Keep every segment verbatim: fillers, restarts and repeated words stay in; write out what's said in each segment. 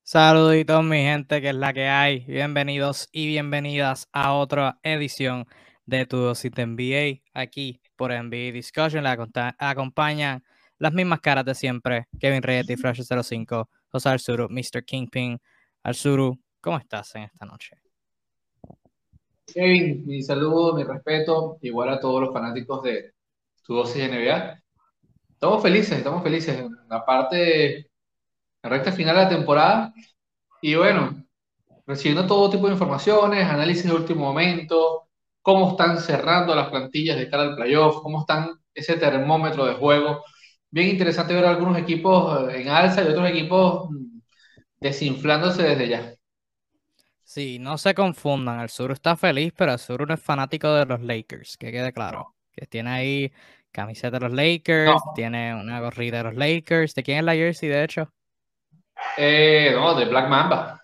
Saluditos mi gente, que es la que hay. Bienvenidos y bienvenidas a otra edición de Tu Dosis de N B A aquí por N B A Discussion. La conta- acompañan las mismas caras de siempre. Kevin Reyes y Flash cero cinco, José Arzuru, mister Kingpin. Arzuru, ¿cómo estás en esta noche? Kevin, mi saludo, mi respeto, igual a todos los fanáticos de tu dosis de N B A. Estamos felices, estamos felices. En la parte, la recta final de la temporada. Y bueno, recibiendo todo tipo de informaciones, análisis de último momento, cómo están cerrando las plantillas de cara al playoff, cómo están ese termómetro de juego. Bien interesante ver algunos equipos en alza y otros equipos mm, desinflándose desde ya. Sí, no se confundan. Arzuru está feliz, pero Arzuru no es fanático de los Lakers, que quede claro. Que tiene ahí camiseta de los Lakers, No, tiene una gorrita de los Lakers. ¿De quién es la jersey, de hecho? eh, no, de Black Mamba.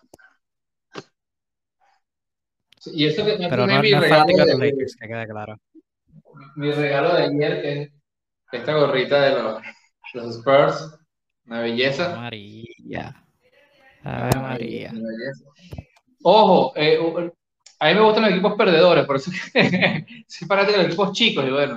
Y eso que no Pero tiene no, mi no es regalo fanático de los de, Lakers, que quede claro. mi regalo de ayer, que es esta gorrita de los, los Spurs, una Ave belleza. María. Ah, Ave una belleza, María. una belleza. Ojo, eh, u- a mí me gustan los equipos perdedores, por eso que soy fanático de los equipos chicos, y bueno,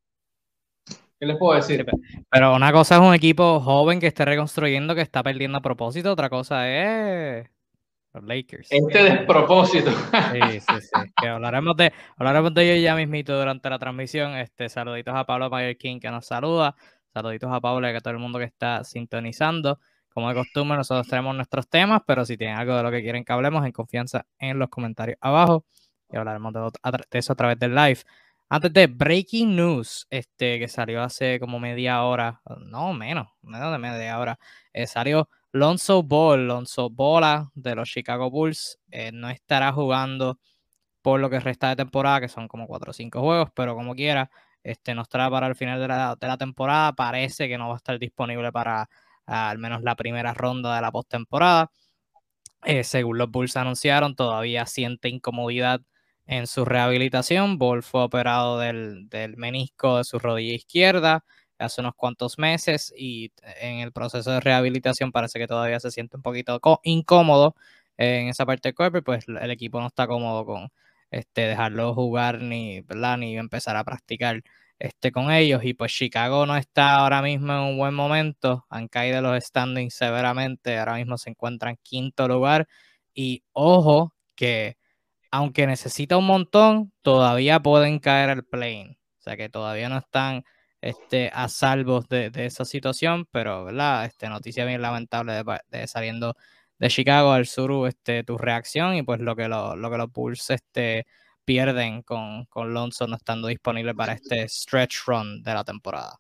¿qué les puedo Sí, decir? pe- pero una cosa es un equipo joven que esté reconstruyendo, que está perdiendo a propósito. Otra cosa es los Lakers. Este despropósito. Sí, sí, sí. Que hablaremos de, hablaremos de ello ya mismito durante la transmisión. Este, saluditos a Pablo Mayer King que nos saluda. Saluditos a Pablo y a todo el mundo que está sintonizando. Como de costumbre, nosotros tenemos nuestros temas, pero si tienen algo de lo que quieren que hablemos, en confianza en los comentarios abajo. Y hablaremos de, ot- a tra- de eso a través del live. Antes de Breaking News, este, que salió hace como media hora, no menos, menos de media hora, eh, salió Lonzo Ball, Lonzo Bola de los Chicago Bulls, eh, no estará jugando por lo que resta de temporada, que son como cuatro o cinco juegos, pero como quiera, este, no estará para el final de la, de la temporada. Parece que no va a estar disponible para ah, al menos la primera ronda de la postemporada. Eh, según los Bulls anunciaron, todavía siente incomodidad en su rehabilitación. Ball fue operado del, del menisco de su rodilla izquierda hace unos cuantos meses y en el proceso de rehabilitación parece que todavía se siente un poquito incómodo en esa parte del cuerpo y pues el equipo no está cómodo con este, dejarlo jugar ni, ¿verdad? Ni empezar a practicar este, con ellos. Y pues Chicago no está ahora mismo en un buen momento, han caído los standings severamente, ahora mismo se encuentran en quinto lugar. Y ojo que aunque necesita un montón, todavía pueden caer al play-in. O sea que todavía no están este, a salvo de, de esa situación, pero ¿verdad? Este, noticia bien lamentable de, de saliendo de Chicago al sur, este, tu reacción y pues lo que, lo, lo que los Bulls este, pierden con, con Lonzo no estando disponible para este stretch run de la temporada.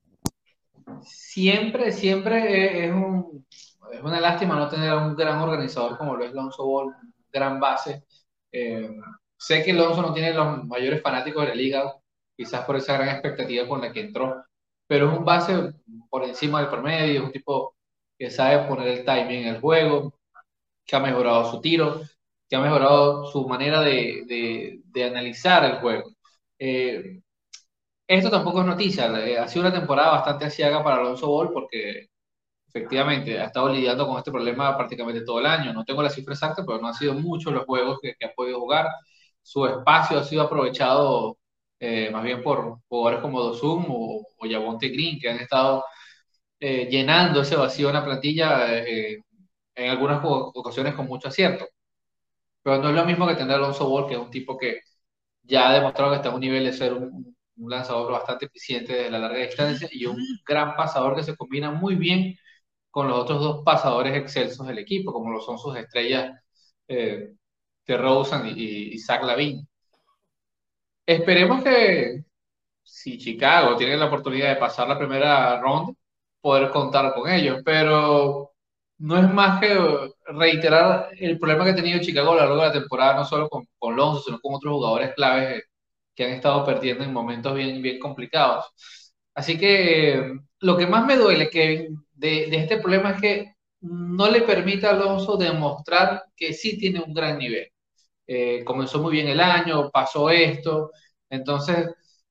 Siempre, siempre es, un, es una lástima no tener a un gran organizador como lo es Lonzo Ball, gran base. Eh, sé que Lonzo no tiene los mayores fanáticos de la liga, quizás por esa gran expectativa con la que entró, pero es un base por encima del promedio, es un tipo que sabe poner el timing en el juego, que ha mejorado su tiro, que ha mejorado su manera de, de, de analizar el juego. Eh, Esto tampoco es noticia, eh, ha sido una temporada bastante asiaga para Alonso Ball porque efectivamente ha estado lidiando con este problema prácticamente todo el año. No tengo la cifra exacta, pero no han sido muchos los juegos que, que ha podido jugar. Su espacio ha sido aprovechado eh, más bien por jugadores como Dosum o, o Yavonte Green, que han estado eh, llenando ese vacío en la plantilla eh, en algunas ocasiones con mucho acierto. Pero no es lo mismo que tener a Alonso Ball, que es un tipo que ya ha demostrado que está a un nivel de ser un, un lanzador bastante eficiente desde la larga distancia y un gran pasador que se combina muy bien con los otros dos pasadores excelsos del equipo, como lo son sus estrellas eh, DeRozan y, y, y Zach LaVine. Esperemos que si Chicago tiene la oportunidad de pasar la primera ronda, poder contar con ellos, pero no es más que reiterar el problema que ha tenido Chicago a lo largo de la temporada, no solo con, con Lonzo, sino con otros jugadores claves que han estado perdiendo en momentos bien, bien complicados. Así que eh, lo que más me duele que de, de este problema es que no le permite a Alonso demostrar que sí tiene un gran nivel. Eh, comenzó muy bien el año, pasó esto, entonces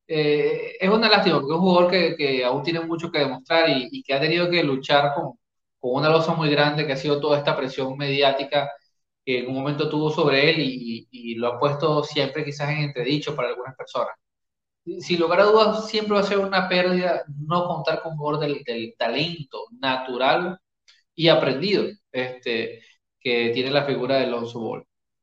eh, es una lástima porque es un jugador que, que aún tiene mucho que demostrar y, y que ha tenido que luchar con, con una losa muy grande que ha sido toda esta presión mediática que en un momento tuvo sobre él y, y lo ha puesto siempre quizás en entredicho para algunas personas. Sin lugar a dudas, siempre va a ser una pérdida no contar con un jugador del, del talento natural y aprendido este, que tiene la figura de Lonzo Ball.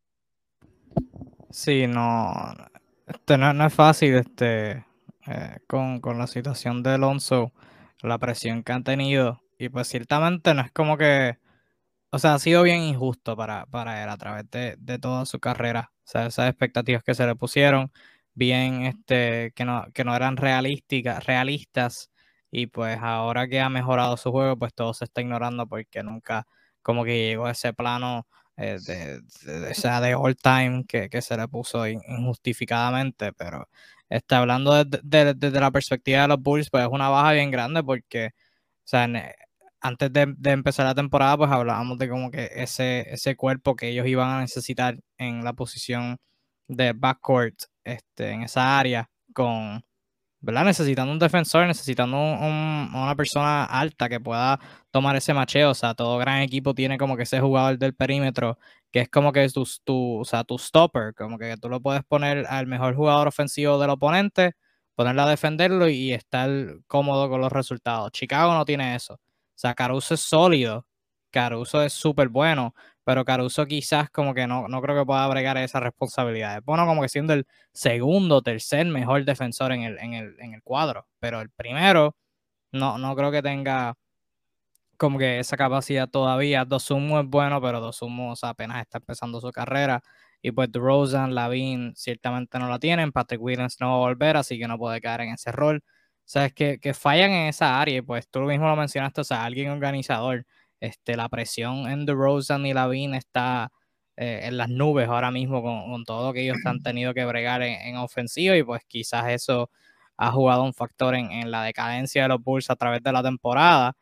Sí, no, este, no, no es fácil este, eh, con, con la situación de Alonso, la presión que han tenido. Y pues ciertamente no es como que, o sea, ha sido bien injusto para, para él a través de, de toda su carrera. O sea, esas expectativas que se le pusieron, bien este, que no, que no eran realísticas, realistas. Y pues ahora que ha mejorado su juego, pues todo se está ignorando porque nunca como que llegó a ese plano eh, de, de, de- o sea, de all time que, que se le puso in- injustificadamente. Pero está hablando desde, de- desde la perspectiva de los Bulls, pues es una baja bien grande porque, o sea, en- antes de, de empezar la temporada, pues hablábamos de como que ese, ese cuerpo que ellos iban a necesitar en la posición de backcourt, este, en esa área, con, ¿verdad? Necesitando un defensor, necesitando un- un- una persona alta que pueda tomar ese macheo. O sea, todo gran equipo tiene como que ese jugador del perímetro que es como que tu, tu, o sea, tu stopper, como que tú lo puedes poner al mejor jugador ofensivo del oponente, ponerlo a defenderlo y estar cómodo con los resultados. Chicago no tiene eso. O sea, Caruso es sólido, Caruso es súper bueno, pero Caruso quizás como que no, no creo que pueda bregar esa responsabilidad. Es bueno como que siendo el segundo, tercer mejor defensor en el, en el, en el cuadro, pero el primero no, no creo que tenga como que esa capacidad todavía. Dosunmu es bueno, pero Dosunmu, o sea, apenas está empezando su carrera. Y pues DeRozan, Lavin ciertamente no la tienen. Patrick Williams no va a volver, así que no puede caer en ese rol. O sea, es que, que fallan en esa área. Y pues tú mismo lo mencionaste, o sea, alguien organizador. Este, la presión en DeRozan y Lavin está eh, en las nubes ahora mismo con, con todo lo que ellos han tenido que bregar en, en ofensiva. Y pues quizás eso ha jugado un factor en, en la decadencia de los Bulls a través de la temporada.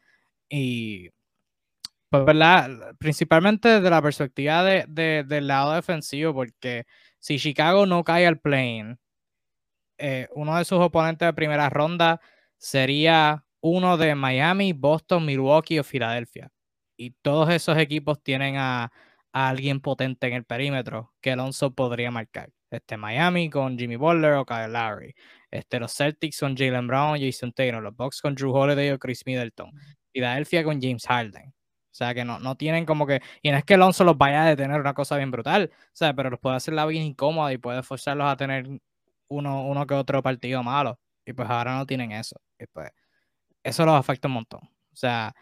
Y pues, ¿verdad? Principalmente desde la perspectiva de, de- del lado defensivo, porque si Chicago no cae al play-in, eh, uno de sus oponentes de primera ronda sería uno de Miami, Boston, Milwaukee o Filadelfia. Y todos esos equipos tienen a, a alguien potente en el perímetro que Alonso podría marcar. Este Miami con Jimmy Butler o Kyle Lowry. Este, los Celtics con Jalen Brown o Jason Taylor. Los Bucks con Drew Holiday o Chris Middleton. Filadelfia con James Harden. O sea, que no, no tienen como que... Y no es que Alonso los vaya a detener una cosa bien brutal, o sea, pero los puede hacer la vida incómoda y puede forzarlos a tener uno, uno que otro partido malo. Y pues ahora no tienen eso. Y pues eso los afecta un montón. O sea,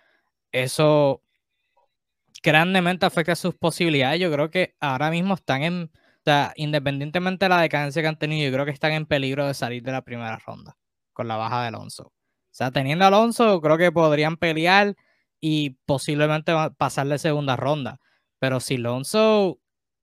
eso grandemente afecta sus posibilidades. Yo creo que ahora mismo están en, o sea, independientemente de la decadencia que han tenido, yo creo que están en peligro de salir de la primera ronda con la baja de Alonso. O sea, teniendo a Alonso, creo que podrían pelear y posiblemente pasar de segunda ronda. Pero si Alonso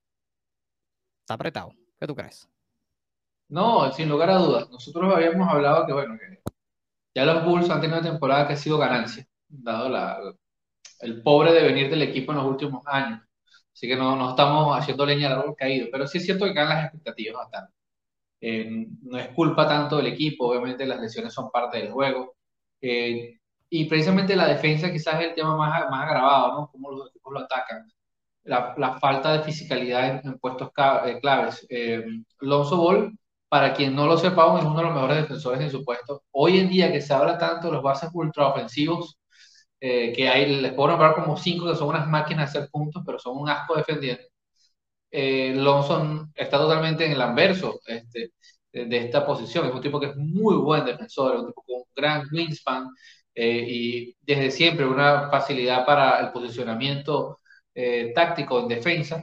está apretado, ¿qué tú crees? No, sin lugar a dudas. Nosotros habíamos hablado que, bueno, que ya los Bulls han tenido una temporada que ha sido ganancia, dado la, el pobre devenir del equipo en los últimos años. Así que no, no estamos haciendo leña al árbol caído, pero sí es cierto que caen las expectativas bastante. Eh, no es culpa tanto del equipo, obviamente las lesiones son parte del juego. Eh, y precisamente la defensa quizás es el tema más, más agravado, ¿no? Cómo los equipos lo atacan. La, la falta de fisicalidad en, en puestos eh, claves. Eh, Lonzo Ball, para quien no lo sepa, aún es uno de los mejores defensores en su puesto. Hoy en día que se habla tanto de los bases ultraofensivos, eh, que hay, les puedo nombrar como cinco que son unas máquinas de hacer puntos, pero son un asco defendiendo. Eh, Lonson está totalmente en el anverso este, de, de esta posición. Es un tipo que es muy buen defensor, es un tipo con un gran wingspan eh, y desde siempre una facilidad para el posicionamiento eh, táctico en defensa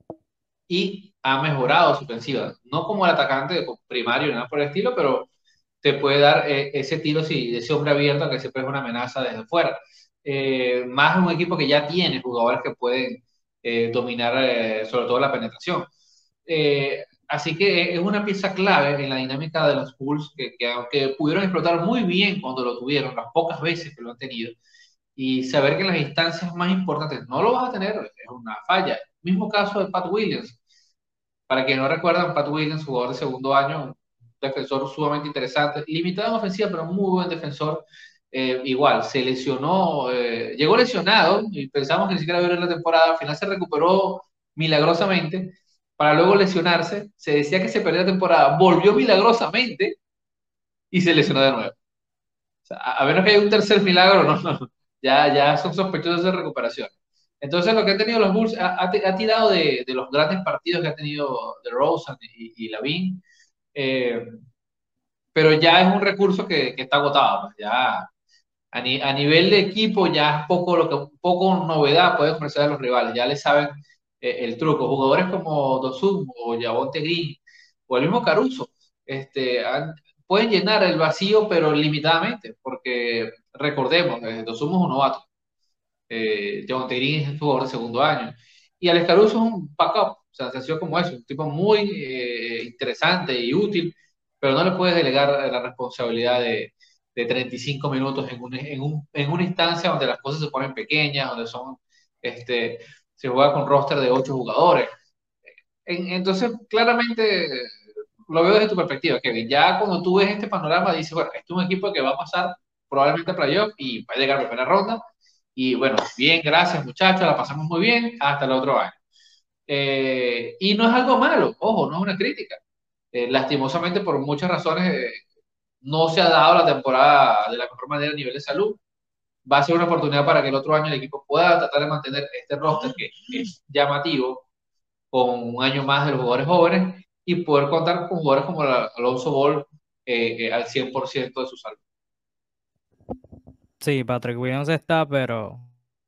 y ha mejorado su ofensiva. No como el atacante primario, nada por el estilo, pero te puede dar eh, ese tiro si de ese hombre abierto que siempre es una amenaza desde fuera. Eh, más un equipo que ya tiene jugadores que pueden eh, dominar eh, sobre todo la penetración. Eh, así que es una pieza clave en la dinámica de los Bulls que, que aunque pudieron explotar muy bien cuando lo tuvieron, las pocas veces que lo han tenido, y saber que en las instancias más importantes no lo vas a tener es una falla. Mismo caso de Pat Williams. Para quienes no recuerdan, Pat Williams, jugador de segundo año, un defensor sumamente interesante, limitado en ofensiva, pero muy buen defensor. eh, igual, se lesionó, eh, llegó lesionado y pensamos que ni siquiera iba a ver la temporada, al final se recuperó milagrosamente para luego lesionarse, se decía que se perdió la temporada, volvió milagrosamente y se lesionó de nuevo. O sea, a, a menos que haya un tercer milagro, no, no, ya, ya son sospechosos de recuperación. Entonces, lo que han tenido los Bulls ha, ha, ha tirado de, de, los grandes partidos que ha tenido de Rosen y, y Lavin, eh, pero ya es un recurso que, que está agotado. Pues ya a, ni, a, nivel de equipo, ya es poco, lo que, poco novedad puede ofrecer a los rivales. Ya le saben eh, el truco. Jugadores como Dosum o Javonte Green o el mismo Caruso este, han, pueden llenar el vacío, pero limitadamente, porque recordemos, eh, Dosum es un novato. Eh, Javonte Green es jugador de segundo año. Y Alex Caruso es un backup, o sea, sencillo como eso, un tipo muy eh, interesante y útil, pero no le puedes delegar la responsabilidad de, de treinta y cinco minutos en, un, en, un, en, una instancia donde las cosas se ponen pequeñas, donde son, este, se juega con roster de ocho jugadores. En, entonces, claramente, lo veo desde tu perspectiva, Kevin. Ya cuando tú ves este panorama, dices, bueno, este es un equipo que va a pasar probablemente a playoff y va a llegar a primera ronda. Y bueno, bien, gracias muchachos, la pasamos muy bien, hasta el otro año. Eh, y no es algo malo, ojo, no es una crítica. Eh, lastimosamente, por muchas razones, eh, no se ha dado la temporada de la mejor manera a nivel de salud. Va a ser una oportunidad para que el otro año el equipo pueda tratar de mantener este roster que es llamativo, con un año más de los jugadores jóvenes y poder contar con jugadores como Alonso Ball eh, eh, al cien por ciento de su salud. Sí, Patrick Williams está, pero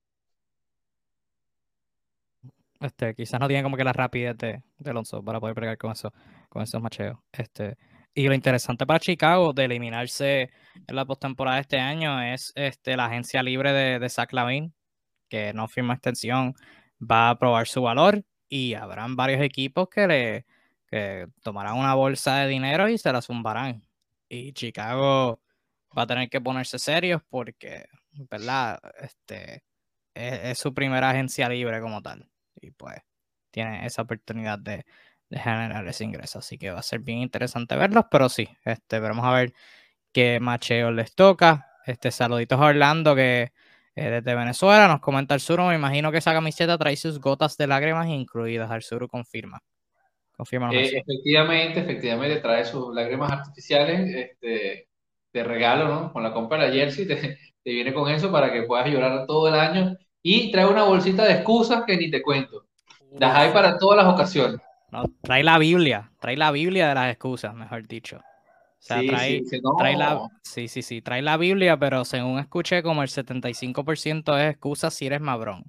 este, quizás no tiene como que la rapidez de, de Alonso para poder bregar con eso, con esos macheos. Este, y lo interesante para Chicago de eliminarse en la postemporada de este año es este, la agencia libre de, de Zach LaVine, que no firma extensión, va a probar su valor y habrán varios equipos que le que tomarán una bolsa de dinero y se la zumbarán. Y Chicago va a tener que ponerse serios porque, ¿verdad? Este, es, es su primera agencia libre como tal. Y pues tiene esa oportunidad de, de generar ese ingreso. Así que va a ser bien interesante verlos, pero sí, este, vamos a ver qué macheo les toca. Este, saluditos a Orlando que eh, desde Venezuela nos comenta Arzuru. Me imagino que esa camiseta trae sus gotas de lágrimas incluidas. Arzuru confirma. Confírmanos Eh, eso. efectivamente, efectivamente trae sus lágrimas artificiales este, de regalo, ¿no? Con la compra de la jersey te, te viene con eso para que puedas llorar todo el año y trae una bolsita de excusas que ni te cuento. Las hay Uf. para todas las ocasiones. No, trae la Biblia. Trae la Biblia de las excusas, mejor dicho. O sea, Sí, sí, trae, sí, trae la, no. sí, sí, sí, trae la Biblia, pero según escuché, como el setenta y cinco por ciento es excusas si eres mabrón.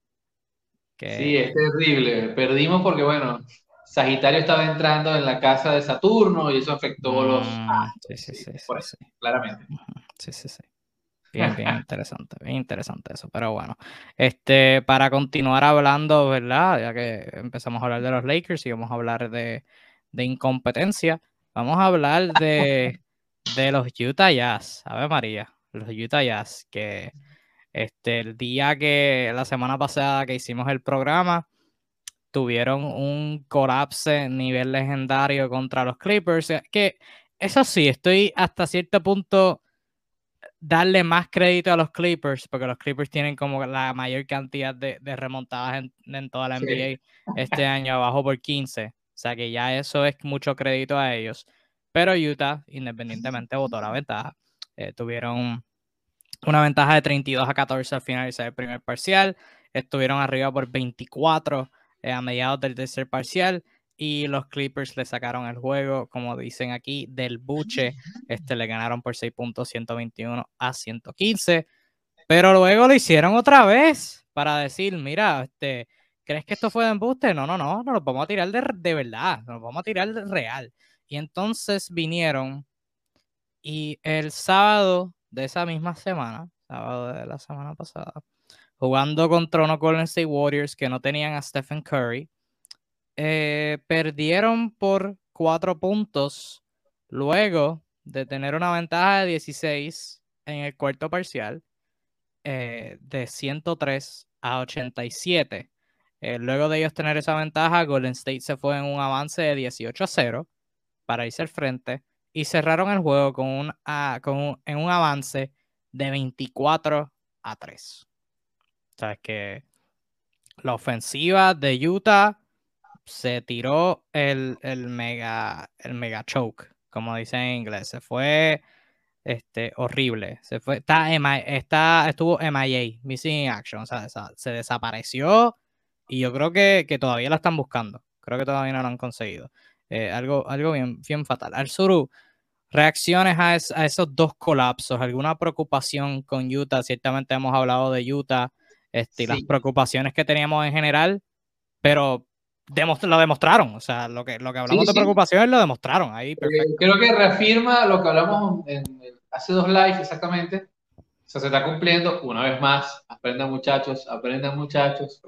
Sí, Que, es terrible. Perdimos porque, bueno, Sagitario estaba entrando en la casa de Saturno y eso afectó los mm, sí, astros. sí, Sí, sí, es sí, por eso, sí. claramente. Ujú, sí, sí, sí. Bien, bien interesante, bien interesante eso. Pero bueno, este, para continuar hablando, ¿verdad? Ya que empezamos a hablar de los Lakers y vamos a hablar de, de incompetencia, vamos a hablar de, de los Utah Jazz. A ver, María, los Utah Jazz, que este, el día que la semana pasada que hicimos el programa, tuvieron un colapse nivel legendario contra los Clippers. Que eso sí, estoy hasta cierto punto darle más crédito a los Clippers, porque los Clippers tienen como la mayor cantidad de, de remontadas en, en, toda la Sí. N B A este año, abajo por quince. O sea que ya eso es mucho crédito a ellos. Pero Utah, independientemente, votó la ventaja. Eh, tuvieron una ventaja de treinta y dos a catorce al finalizar el primer parcial. Estuvieron arriba por veinticuatro eh, a mediados del tercer parcial. Y los Clippers le sacaron el juego, como dicen aquí, del buche. Este, le ganaron por seis puntos, ciento veintiuno a ciento quince. Pero luego lo hicieron otra vez para decir, mira, este, ¿crees que esto fue de embuste? No, no, no, nos lo vamos a tirar de, de verdad, nos lo vamos a tirar de real. Y entonces vinieron y el sábado de esa misma semana, sábado de la semana pasada, jugando contra unos Golden State Warriors que no tenían a Stephen Curry, eh, perdieron por cuatro puntos luego de tener una ventaja de dieciséis en el cuarto parcial, eh, de ciento tres a ochenta y siete. Eh, luego de ellos tener esa ventaja, Golden State se fue en un avance de dieciocho a cero para irse al frente y cerraron el juego con un, ah, con un, en un avance de veinticuatro a tres. O sea, es que la ofensiva de Utah se tiró el, el mega el mega choke, como dicen en inglés. Se fue este, horrible. Se fue, está, M I está, estuvo M I A, Missing in Action. O sea, esa- se desapareció y yo creo que, que todavía la están buscando. Creo que todavía no lo han conseguido. Eh, algo algo bien, bien fatal. Arzuru, reacciones a, es- a esos dos colapsos, alguna preocupación con Utah. Ciertamente hemos hablado de Utah, este, y las Sí, preocupaciones que teníamos en general, pero demos- lo demostraron. O sea, lo que, lo que sí, hablamos de sí. preocupaciones lo demostraron ahí, Eh, perfecto. creo que reafirma lo que hablamos en, en- hace dos lives exactamente. O sea, se está cumpliendo una vez más. Aprendan muchachos, aprendan muchachos.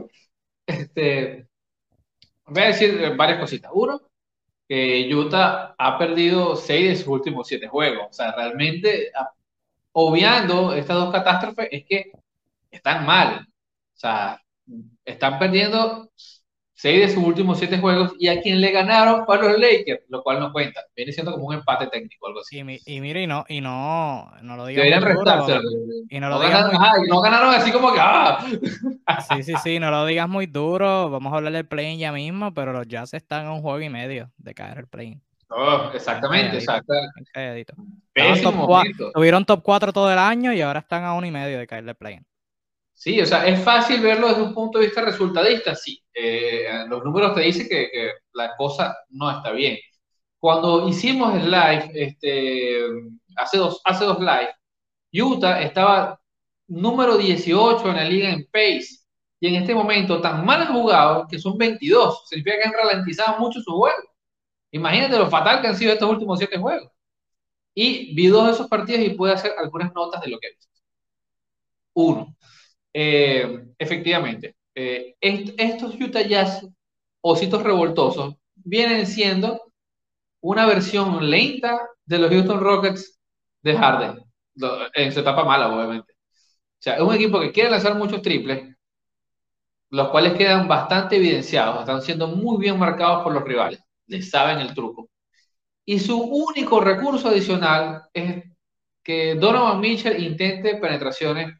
Este, voy a decir eh, varias cositas. Uno, que Utah ha perdido seis de sus últimos siete juegos. O sea, realmente, a- obviando estas dos catástrofes, es que están mal. O sea, están perdiendo seis de sus últimos siete juegos y a quien le ganaron fue a los Lakers, lo cual no cuenta. Viene siendo como un empate técnico, algo así. Y, mi- y mire, y no, y no, no lo digas muy Deberían restarse. duro, y no lo No digas ganaron, muy, ajá, y no ganaron así como que, ah. sí, sí, sí, no lo digas muy duro, vamos a hablar del play-in ya mismo, pero los Jazz están a un juego y medio de caer el play-in. Oh, Bien exactamente, calladito, exacto. bien calladito. Estaban top Pésimo cuatro, momento. tuvieron top cuatro todo el año y ahora están a uno y medio de caer el play-in. Sí, o sea, es fácil verlo desde un punto de vista resultadista, sí. Eh, los números te dicen que, que la cosa no está bien. Cuando hicimos el live, este, hace dos, hace dos live, Utah estaba número dieciocho en la liga en pace y en este momento tan mal han jugado que son veintidós. Significa que han ralentizado mucho su juego. Imagínate lo fatal que han sido estos últimos siete juegos. Y vi dos de esos partidos y pude hacer algunas notas de lo que he visto. Uno, eh, efectivamente, eh, est estos Utah Jazz, ositos revoltosos, vienen siendo una versión lenta de los Houston Rockets de Harden, en su etapa mala, obviamente. O sea, es un equipo que quiere lanzar muchos triples, los cuales quedan bastante evidenciados, están siendo muy bien marcados por los rivales, les saben el truco. Y su único recurso adicional es que Donovan Mitchell intente penetraciones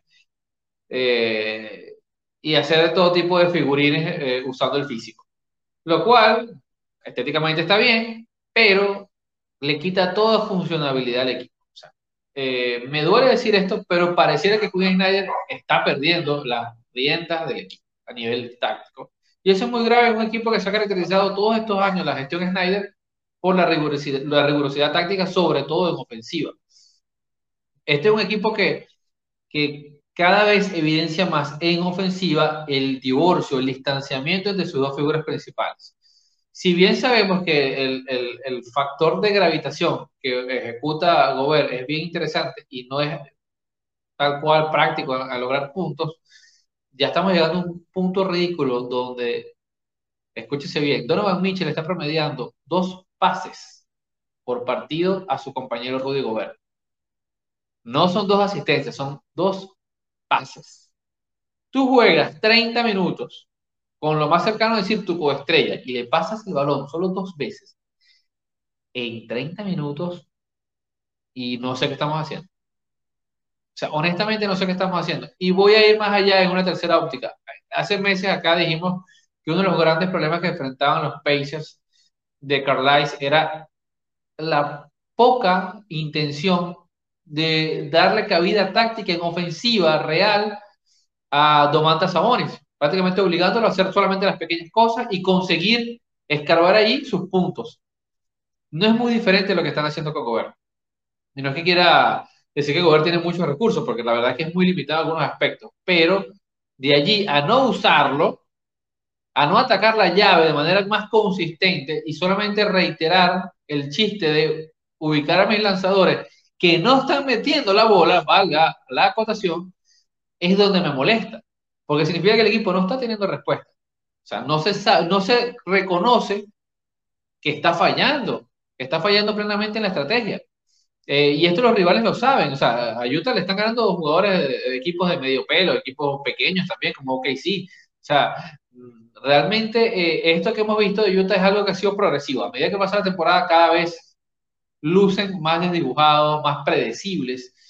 eh, y hacer todo tipo de figurines eh, usando el físico. Lo cual estéticamente está bien, pero le quita toda funcionalidad al equipo. O sea, eh, me duele decir esto, pero pareciera que Quinn Snyder está perdiendo las riendas del equipo a nivel táctico. Y eso es muy grave en un equipo que se ha caracterizado todos estos años, la gestión Snyder, por la rigurosidad, la rigurosidad táctica, sobre todo en ofensiva. Este es un equipo que que cada vez evidencia más en ofensiva el divorcio, el distanciamiento entre sus dos figuras principales. Si bien sabemos que el, el, el factor de gravitación que ejecuta Gobert es bien interesante y no es tal cual práctico a, a lograr puntos, ya estamos llegando a un punto ridículo donde, escúchese bien, Donovan Mitchell está promediando dos pases por partido a su compañero Rudy Gobert. No son dos asistencias, son dos pases. Tú juegas treinta minutos con lo más cercano a decir tu coestrella y le pasas el balón solo dos veces en treinta minutos y no sé qué estamos haciendo. O sea, honestamente no sé qué estamos haciendo. Y voy a ir más allá en una tercera óptica. Hace meses acá dijimos que uno de los grandes problemas que enfrentaban los Pacers de Carlisle era la poca intención de darle cabida táctica en ofensiva real a Domantas Sabonis, prácticamente obligándolo a hacer solamente las pequeñas cosas y conseguir escarbar ahí sus puntos. No es muy diferente de lo que están haciendo con Gobert. Y no es que quiera decir que Gobert tiene muchos recursos, porque la verdad es que es muy limitado en algunos aspectos, pero de allí a no usarlo, a no atacar la llave de manera más consistente y solamente reiterar el chiste de ubicar a mis lanzadores que no están metiendo la bola, valga la acotación, es donde me molesta, porque significa que el equipo no está teniendo respuesta. O sea, no se, sabe, no se reconoce que está fallando, que está fallando plenamente en la estrategia. Eh, y esto los rivales lo saben. O sea, a Utah le están ganando jugadores de, de equipos de medio pelo, equipos pequeños también, como O K C. O sea, realmente eh, esto que hemos visto de Utah es algo que ha sido progresivo. A medida que pasa la temporada, cada vez lucen más desdibujados, más predecibles.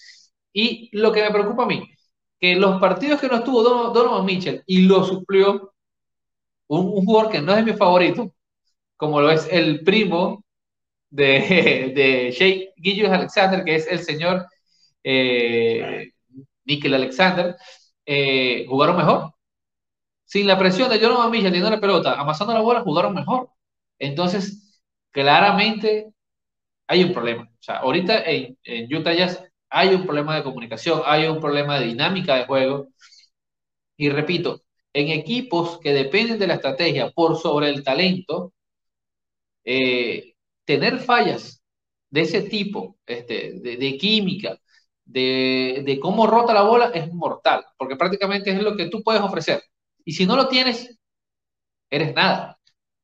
Y lo que me preocupa a mí, que los partidos que no estuvo Don- Donovan Mitchell y lo suplió un, un jugador que no es mi favorito, como lo es el primo de, de Shea Gilgeous-Alexander, que es el señor eh, Nickel Alexander, eh, jugaron mejor. Sin la presión de Donovan Mitchell teniendo la pelota, amasando la bola, jugaron mejor. Entonces, claramente hay un problema. O sea, ahorita en, en Utah Jazz hay un problema de comunicación, hay un problema de dinámica de juego. Y repito, en equipos que dependen de la estrategia por sobre el talento, eh, tener fallas de ese tipo, este, de, de química, de, de cómo rota la bola, es mortal, porque prácticamente es lo que tú puedes ofrecer. Y si no lo tienes, eres nada.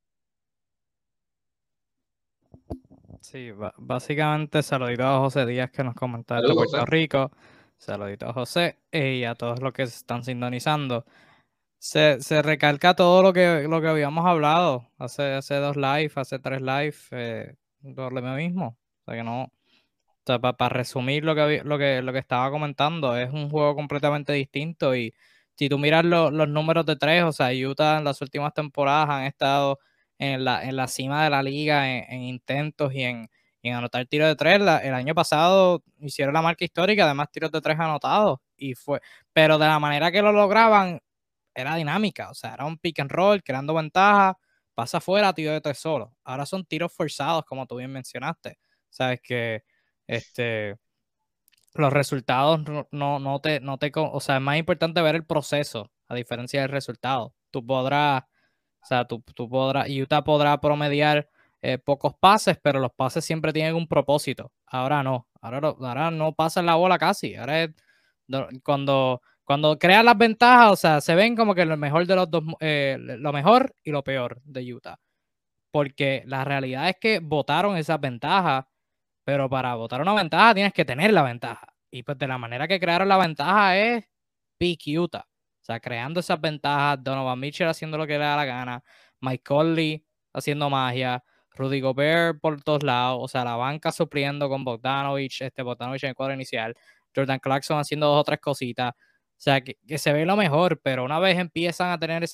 Sí, ba- básicamente saludito a José Díaz que nos comenta desde Saludos, Puerto ¿eh? Rico. Saludito a José y a todos los que se están sintonizando. Se, se recalca todo lo que, lo que habíamos hablado hace, hace dos live, hace tres live, eh, lo lo mismo. O sea que no, o sea, para resumir lo que, había- lo que, lo que estaba comentando, es un juego completamente distinto y si tú miras lo- los números de tres, o sea, Utah en las últimas temporadas han estado en la, en la cima de la liga en, en intentos y en, y en anotar tiros de tres. La- el año pasado hicieron la marca histórica, además tiros de tres anotados y fue, pero de la manera que lo lograban era dinámica, o sea, era un pick and roll, creando ventaja, pasa afuera, tiro de tres solo. Ahora son tiros forzados, como tú bien mencionaste. Sabes que este, los resultados no, no, no te, no te, co- o sea, es más importante ver el proceso, a diferencia del resultado. Tú podrás, o sea, tú, tú podrás, Utah podrá promediar eh, pocos pases, pero los pases siempre tienen un propósito. Ahora no, ahora, no- ahora no pasan la bola casi. Ahora es do- cuando, cuando crean las ventajas, o sea, se ven como que lo mejor de los dos, eh, lo mejor y lo peor de Utah. Porque la realidad es que votaron esas ventajas, pero para votar una ventaja tienes que tener la ventaja. Y pues de la manera que crearon la ventaja es pick Utah. O sea, creando esas ventajas, Donovan Mitchell haciendo lo que le da la gana, Mike Conley haciendo magia, Rudy Gobert por todos lados, o sea, la banca supliendo con Bogdanovich, este Bogdanovich en el cuadro inicial, Jordan Clarkson haciendo dos o tres cositas. O sea, que, que se ve lo mejor, pero una vez empiezan a tener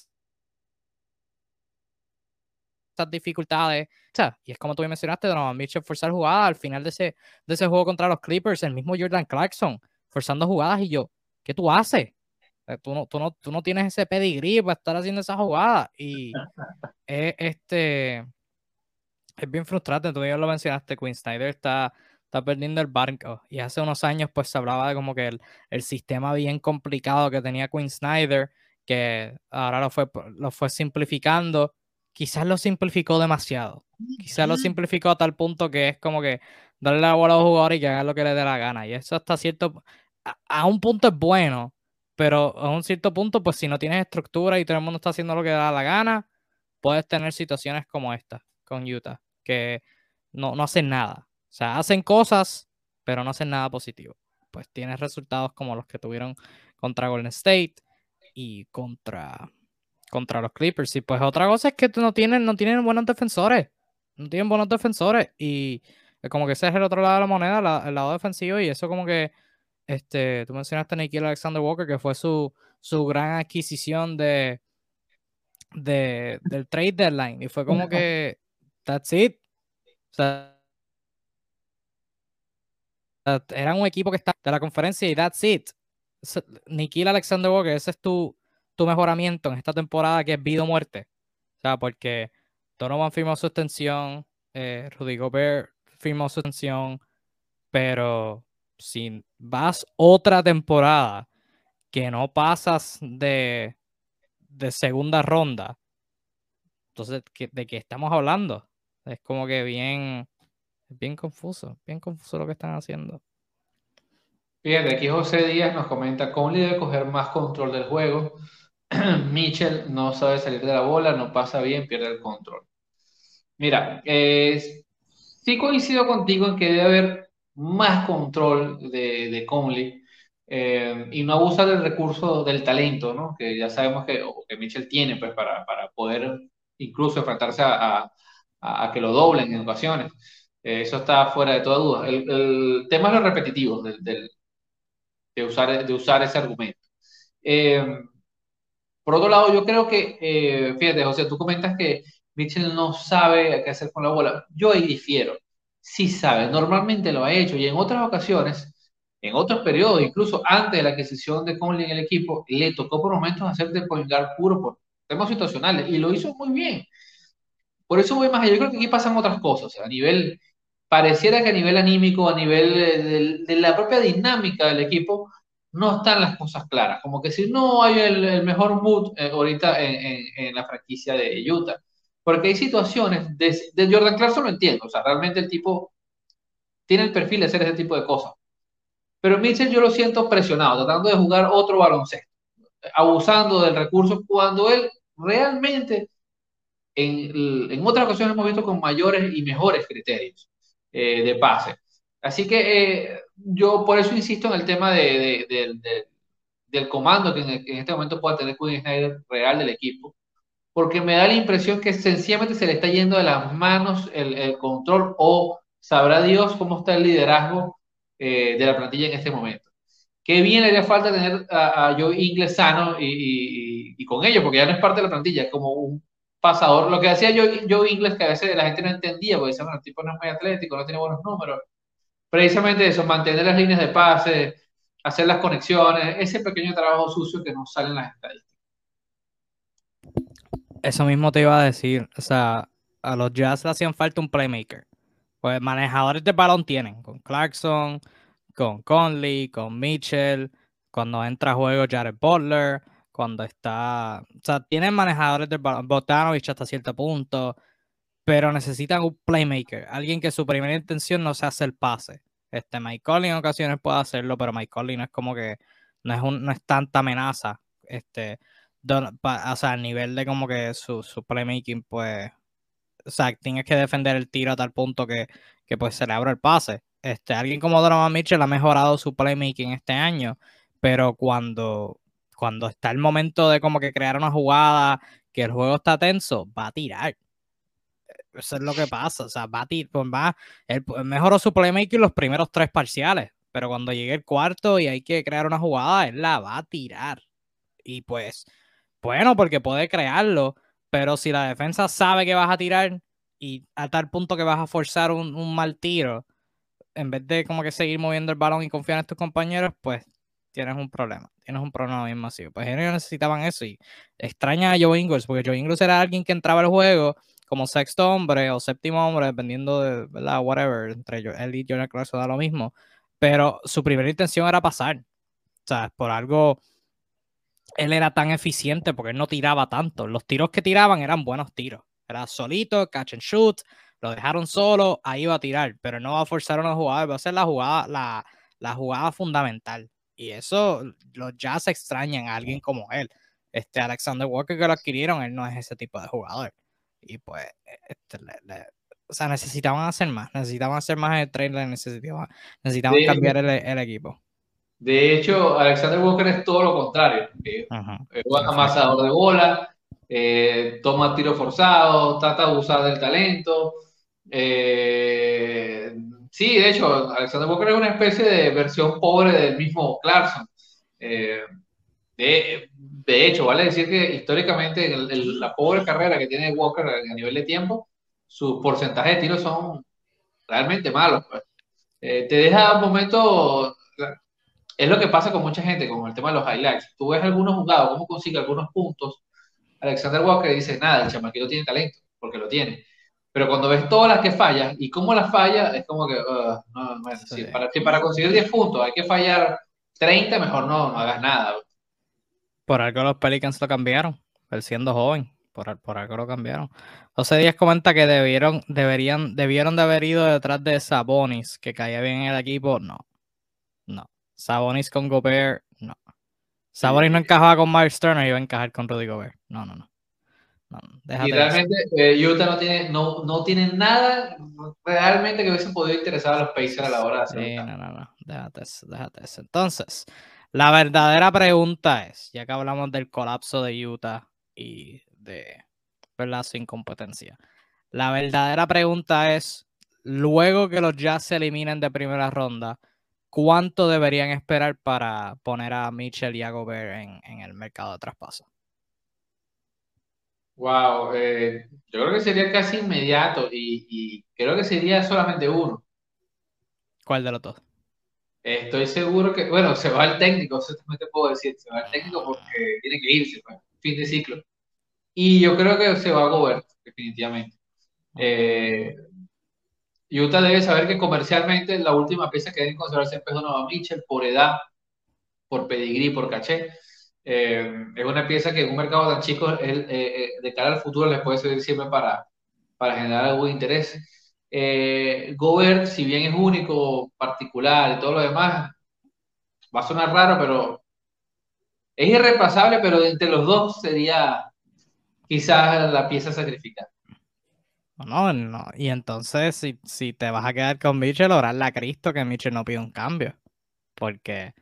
esas dificultades. O sea, y es como tú me mencionaste, Donovan Mitchell forzar jugadas al final de ese, de ese juego contra los Clippers, el mismo Jordan Clarkson forzando jugadas y yo, ¿qué tú haces? Eh, Tú no, tú, no, tú no tienes ese pedigrí para estar haciendo esa jugada. Y es, este, es bien frustrante, tú ya lo mencionaste, Quinn Snyder está, está perdiendo el barco. Y hace unos años pues se hablaba de como que el, el sistema bien complicado que tenía Quinn Snyder, que ahora lo fue, lo fue simplificando. Quizás lo simplificó demasiado. Quizás lo simplificó a tal punto que es como que darle la bola a los jugadores y que hagan lo que les dé la gana. Y eso hasta cierto, a, a un punto es bueno, pero a un cierto punto, pues si no tienes estructura y todo el mundo está haciendo lo que le da la gana, puedes tener situaciones como esta con Utah, que no, no hacen nada. O sea, hacen cosas, pero no hacen nada positivo. Pues tienes resultados como los que tuvieron contra Golden State y contra, contra los Clippers. Y pues otra cosa es que no tienen, no tienen buenos defensores. No tienen buenos defensores. Y es como que ese es el otro lado de la moneda, la- el lado defensivo. Y eso como que, este, tú mencionaste a Nickeil Alexander Walker, que fue su, su gran adquisición de, de, del trade deadline. Y fue como que, that's it. O sea, eran un equipo que está de la conferencia y that's it. Nikhil Alexander Walker, ese es tu, tu mejoramiento en esta temporada que es vida o muerte. O sea, porque Donovan firmó su extensión, eh, Rudy Gobert firmó su extensión, pero si vas otra temporada que no pasas de, de segunda ronda, entonces, ¿qué- ¿de qué estamos hablando? Es como que bien, bien confuso, bien confuso lo que están haciendo. Fíjate, aquí José Díaz nos comenta, Conley debe coger más control del juego. Mitchell no sabe salir de la bola, no pasa bien, pierde el control. Mira, eh, sí coincido contigo en que debe haber más control de, de Conley, eh, y no abusar del recurso del talento, ¿no? Que ya sabemos que, o que Mitchell tiene pues, para, para poder incluso enfrentarse a, a- a que lo doblen en ocasiones. Eh, eso está fuera de toda duda. El, el tema es lo repetitivo del, del- de usar, de usar ese argumento. Eh, por otro lado, yo creo que, eh, fíjate, José, tú comentas que Mitchell no sabe qué hacer con la bola. Yo ahí difiero. Sí sabe, normalmente lo ha hecho y en otras ocasiones, en otros periodos, incluso antes de la adquisición de Conley en el equipo, le tocó por momentos hacer de point guard puro por temas situacionales y lo hizo muy bien. Por eso voy más allá. Yo creo que aquí pasan otras cosas. A nivel, pareciera que a nivel anímico, a nivel eh, del- de, la propia dinámica del equipo, no están las cosas claras. Como que si no hay el, el mejor mood eh, ahorita en, en- en la franquicia de Utah. Porque hay situaciones, de, de Jordan Clarkson lo entiendo. O sea, realmente el tipo tiene el perfil de hacer ese tipo de cosas. Pero Mitchell yo lo siento presionado, tratando de jugar otro baloncesto, abusando del recurso cuando él realmente en, en otras ocasiones hemos visto con mayores y mejores criterios eh, de pase. Así que eh, yo por eso insisto en el tema de, de, de, de, del comando que en, en, este momento pueda tener Quinn Snyder real del equipo, porque me da la impresión que sencillamente se le está yendo de las manos el, el control o sabrá Dios cómo está el liderazgo eh, de la plantilla en este momento. Qué bien le haría falta tener a, a Joe Ingles sano y, y, y, con ellos, porque ya no es parte de la plantilla, es como un pasador. Lo que hacía Joe, Joe Ingles, que a veces la gente no entendía, porque decían, bueno, el tipo no es muy atlético, no tiene buenos números. Precisamente eso, mantener las líneas de pase, hacer las conexiones, ese pequeño trabajo sucio que no sale en las estadísticas. Eso mismo te iba a decir. O sea, a los Jazz le hacían falta un playmaker. Pues manejadores de balón tienen, con Clarkson, con Conley, con Mitchell, cuando entra a juego Jared Butler, cuando está... O sea, tienen manejadores del balón, Bogdanovich hasta cierto punto, pero necesitan un playmaker, alguien que su primera intención no sea hacer pase. Este, Mike Conley en ocasiones puede hacerlo, pero Mike Conley no es como que... No es, un, no es tanta amenaza. Este, don, pa, o sea, a nivel de como que su, su playmaking, pues o sea, tienes que defender el tiro a tal punto que, que pues se le abra el pase. Este, alguien como Donovan Mitchell ha mejorado su playmaking este año, pero cuando, cuando está el momento de como que crear una jugada, que el juego está tenso, va a tirar. Eso es lo que pasa. O sea, va a tirar, pues va, él, él mejoró su playmaking los primeros tres parciales, pero cuando llegue el cuarto y hay que crear una jugada, él la va a tirar. Y pues, bueno, porque puede crearlo, pero si la defensa sabe que vas a tirar y a tal punto que vas a forzar un, un mal tiro, en vez de como que seguir moviendo el balón y confiar en tus compañeros, pues tienes un problema. Tienes un problema bien masivo. Pues ellos necesitaban eso y extraña a Joe Ingles, porque Joe Ingles era alguien que entraba al juego como sexto hombre o séptimo hombre, dependiendo de, ¿verdad? Whatever, entre él y Jordan Clarkson da lo mismo. Pero su primera intención era pasar. O sea, por algo él era tan eficiente porque él no tiraba tanto. Los tiros que tiraban eran buenos tiros. Era solito, catch and shoot, lo dejaron solo, ahí va a tirar, pero no va a forzar una jugada, va a ser la jugada, la, la jugada fundamental. Y eso los Jazz extrañan a alguien como él. Este Alexander Walker que lo adquirieron, él no es ese tipo de jugador. Y pues, este, le, le, o sea, necesitaban hacer más, necesitaban hacer más en el trailer, necesitaban, necesitaban De, cambiar el, el equipo. de hecho, Alexander Walker es todo lo contrario. Eh, Ajá, es en un efecto. amasador de bola, eh, toma tiro forzado, trata de abusar del talento. Eh, sí, de hecho, Alexander Walker es una especie de versión pobre del mismo Clarkson. Eh, de, de hecho, vale decir que históricamente el, el, la pobre carrera que tiene Walker a nivel de tiempo, sus porcentajes de tiros son realmente malos. Pues. Eh, te deja un momento, es lo que pasa con mucha gente, con el tema de los highlights. Tú ves algunos jugados, cómo consigue algunos puntos. Alexander Walker dice, nada, el chamaquito tiene talento, porque lo tiene. Pero cuando ves todas las que fallan y cómo las falla, es como que, uh, no, bueno, Sí. si para, si para conseguir diez puntos hay que fallar treinta, mejor no, no hagas nada. Por algo los Pelicans lo cambiaron, él siendo joven, por, por algo lo cambiaron. José Díaz comenta que debieron, deberían, debieron de haber ido detrás de Sabonis, que caía bien en el equipo. No, no. Sabonis con Gobert, no. Sabonis no Sí. encajaba con Miles Turner, iba a encajar con Rudy Gobert. No, no, no. no, no. Y Déjate de eso. realmente eh, Utah no tiene, no, no tiene nada realmente que hubiese podido interesar a los Pacers a la hora de hacer un Sí, cambio. no, no, no. Déjate eso, déjate eso. Entonces, la verdadera pregunta es, ya que hablamos del colapso de Utah y de, ¿verdad?, su incompetencia. La verdadera pregunta es, luego que los Jazz se eliminen de primera ronda, ¿cuánto deberían esperar para poner a Mitchell y a Gobert en, en el mercado de traspaso? Wow, eh, yo creo que sería casi inmediato y, y creo que sería solamente uno. ¿Cuál de los dos? Estoy seguro que, bueno, se va el técnico, eso también te puedo decir, se va el técnico porque tiene que irse, pues, fin de ciclo. Y yo creo que se va a Gobert, definitivamente. Mm, Eh, Utah debe saber que comercialmente la última pieza que deben conservar siempre es Donovan Mitchell por edad, por pedigrí, por caché. Eh, es una pieza que en un mercado tan chico, él, eh, eh, de cara al futuro, les puede servir siempre para, para generar algún interés. Eh, Gobert, si bien es único, particular y todo lo demás, va a sonar raro, pero es irreemplazable, pero de entre los dos sería quizás la pieza sacrificada. no, no. Y entonces, si, si te vas a quedar con Mitchell, orarle a Cristo que Mitchell no pida un cambio. Porque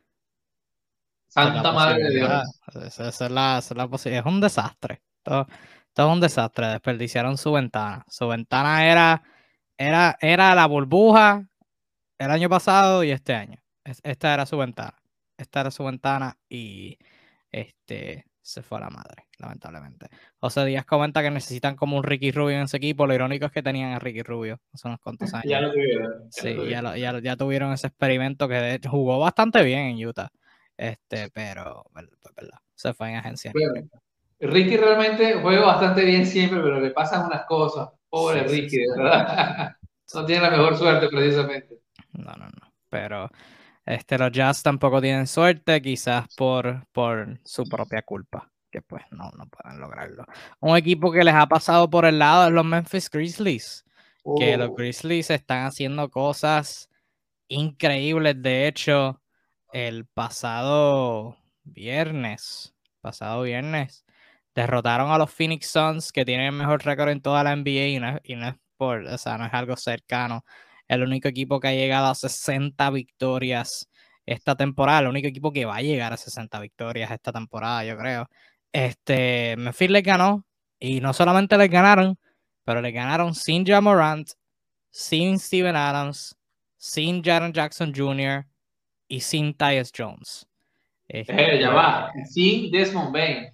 esa es la Santa Madre de posibilidad. Dios. Esa, esa es la, esa es la posibilidad. Es un desastre. Todo, todo es un desastre. Desperdiciaron su ventana. Su ventana era, era, era la burbuja el año pasado y este año. Es- Esta era su ventana. Esta era su ventana y este se fue a la madre, lamentablemente. José Díaz comenta que necesitan como un Ricky Rubio en ese equipo. Lo irónico es que tenían a Ricky Rubio hace unos cuantos Ya años. lo tuvieron, ya lo Sí, ya, tuvieron. lo- ya, ya tuvieron ese experimento que de hecho jugó bastante bien en Utah. Este, pero, pues, verdad, se fue en agencia libre. Bueno, Ricky realmente juega bastante bien siempre, pero le pasan unas cosas. Pobre Sí, sí, Ricky, sí. de verdad. Sí. No tiene la mejor suerte precisamente. No, no, no. Pero este, los Jazz tampoco tienen suerte, quizás por, por su propia culpa, que pues no, no pueden lograrlo. Un equipo que les ha pasado por el lado es los Memphis Grizzlies, que los Oh, Grizzlies están haciendo cosas increíbles. De hecho, el pasado viernes, pasado viernes, derrotaron a los Phoenix Suns, que tienen el mejor récord en toda la N B A y no es, y no es por, o sea, no es algo cercano. El único equipo que ha llegado a sesenta victorias esta temporada, el único equipo que va a llegar a sesenta victorias esta temporada, yo creo. Este, Memphis les ganó y no solamente les ganaron, pero les ganaron sin Ja Morant, sin Steven Adams, sin Jaren Jackson junior y sin Tyus Jones. eh, ya Este, va. Sin Desmond Bain.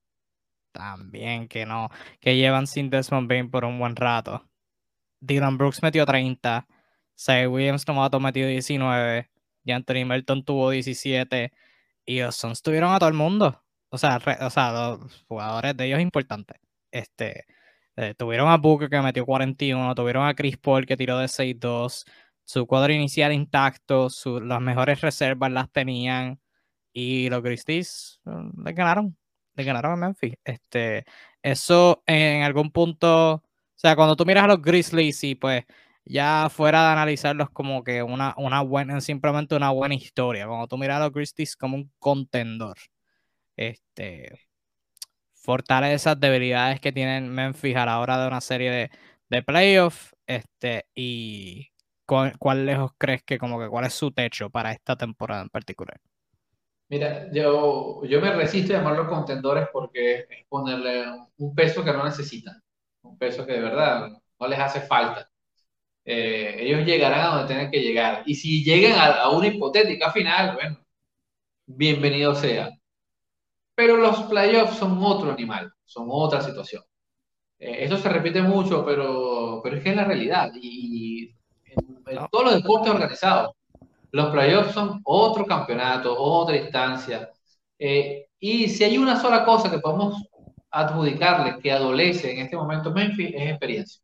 también que no, que llevan sin Desmond Bain por un buen rato. Dylan Brooks metió treinta, Zay Williams Novato metió diecinueve, y Anthony Melton tuvo diecisiete, y los Suns tuvieron a todo el mundo. O sea, re- o sea, los jugadores de ellos importantes. Este, eh, tuvieron a Booker que metió cuarenta y uno, tuvieron a Chris Paul que tiró de seis dos, su cuadro inicial intacto, su- las mejores reservas las tenían, y los Grizzlies mm, les ganaron, les ganaron a Memphis. Este, eso en algún punto, o sea, cuando tú miras a los Grizzlies y pues ya fuera de analizarlos como que una, una buena, simplemente una buena historia, cuando tú miras a los Grizzlies como un contendor, este, fortalezas, debilidades que tienen Memphis a la hora de una serie de, de playoffs, este, y cuál, cuál lejos crees que como que cuál es su techo para esta temporada en particular. Mira, yo, yo me resisto a llamarlos contendores porque es ponerle un peso que no necesitan. Un peso que de verdad no les hace falta. Eh, ellos llegarán a donde tienen que llegar. Y si llegan a, a una hipotética final, bueno, bienvenido sea. Pero los playoffs son otro animal, son otra situación. Eh, esto se repite mucho, pero, pero es que es la realidad. Y en, en No, todos los deportes organizados, los playoffs son otro campeonato, otra instancia. Eh, y si hay una sola cosa que podemos adjudicarle que adolece en este momento Memphis, es experiencia.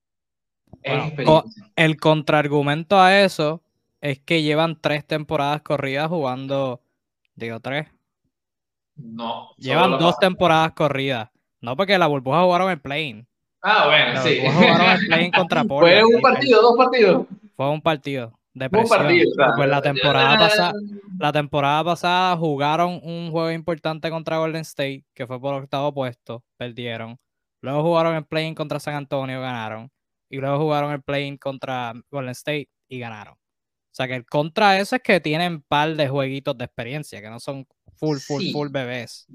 Es bueno, co- experiencia. el contraargumento a eso es que llevan tres temporadas corridas jugando, digo tres, No, solo llevan la dos pasada. temporadas corridas. No porque la burbuja jugaron en play-in. Ah, bueno, La sí. burbuja jugaron en play-in contra Fue Portland. un Y per- partido, dos partidos. fue un partido de Un partido. presión. O sea, Y pues la temporada pasada, ya- la temporada pasada jugaron un juego importante contra Golden State, que fue por octavo puesto, perdieron. Luego jugaron el play-in contra San Antonio, ganaron. Y luego jugaron el play-in contra Golden State y ganaron. O sea que el contra eso es que tienen par de jueguitos de experiencia, que no son full, full, full sí, bebés.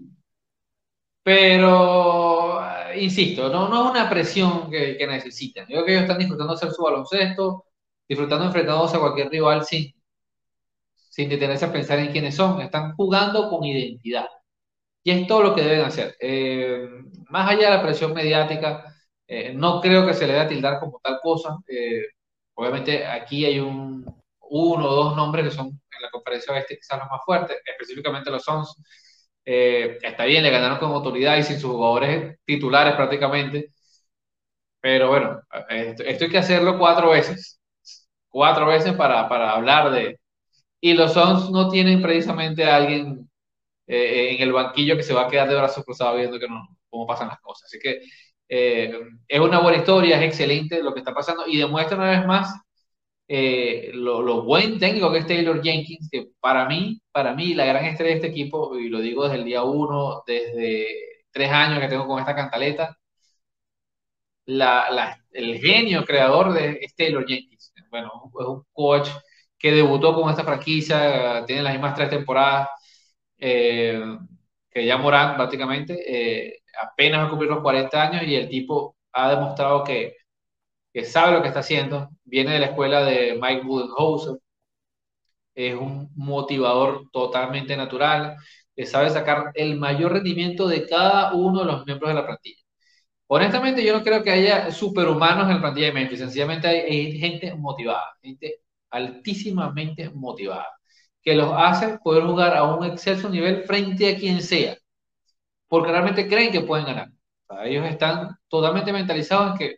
pero eh, insisto, no, no es una presión que, que necesitan. Yo creo que ellos están disfrutando de hacer su baloncesto, disfrutando enfrentándose a cualquier rival sin, sin detenerse a pensar en quiénes son, están jugando con identidad. Y es todo lo que deben hacer. Eh, más allá de la presión mediática, eh, no creo que se le deba tildar como tal cosa. Eh, obviamente aquí hay un, uno o dos nombres que son en la conferencia oeste quizás los más fuertes, específicamente los Suns. Eh, está bien, le ganaron con autoridad y sin sus jugadores titulares prácticamente, pero bueno, esto, esto hay que hacerlo cuatro veces, cuatro veces para, para hablar de... Y los Suns no tienen precisamente a alguien eh, en el banquillo que se va a quedar de brazos cruzados viendo que no, cómo pasan las cosas. Así que eh, es una buena historia, es excelente lo que está pasando y demuestra una vez más eh, lo, lo, buen técnico que es Taylor Jenkins, que para mí, para mí, la gran estrella de este equipo, y lo digo desde el día uno, desde tres años que tengo con esta cantaleta, la, la, el genio creador de es Taylor Jenkins. Bueno, es un coach que debutó con esta franquicia, tiene las mismas tres temporadas eh, que ya Morán prácticamente, eh, apenas va a cumplir los cuarenta años y el tipo ha demostrado que, que sabe lo que está haciendo, viene de la escuela de Mike Budenholzer, es un motivador totalmente natural, que sabe sacar el mayor rendimiento de cada uno de los miembros de la plantilla. Honestamente, yo no creo que haya superhumanos en la plantilla de Memphis. Sencillamente hay, hay gente motivada, gente altísimamente motivada, que los hace poder jugar a un excelso nivel frente a quien sea, porque realmente creen que pueden ganar. O sea, ellos están totalmente mentalizados en que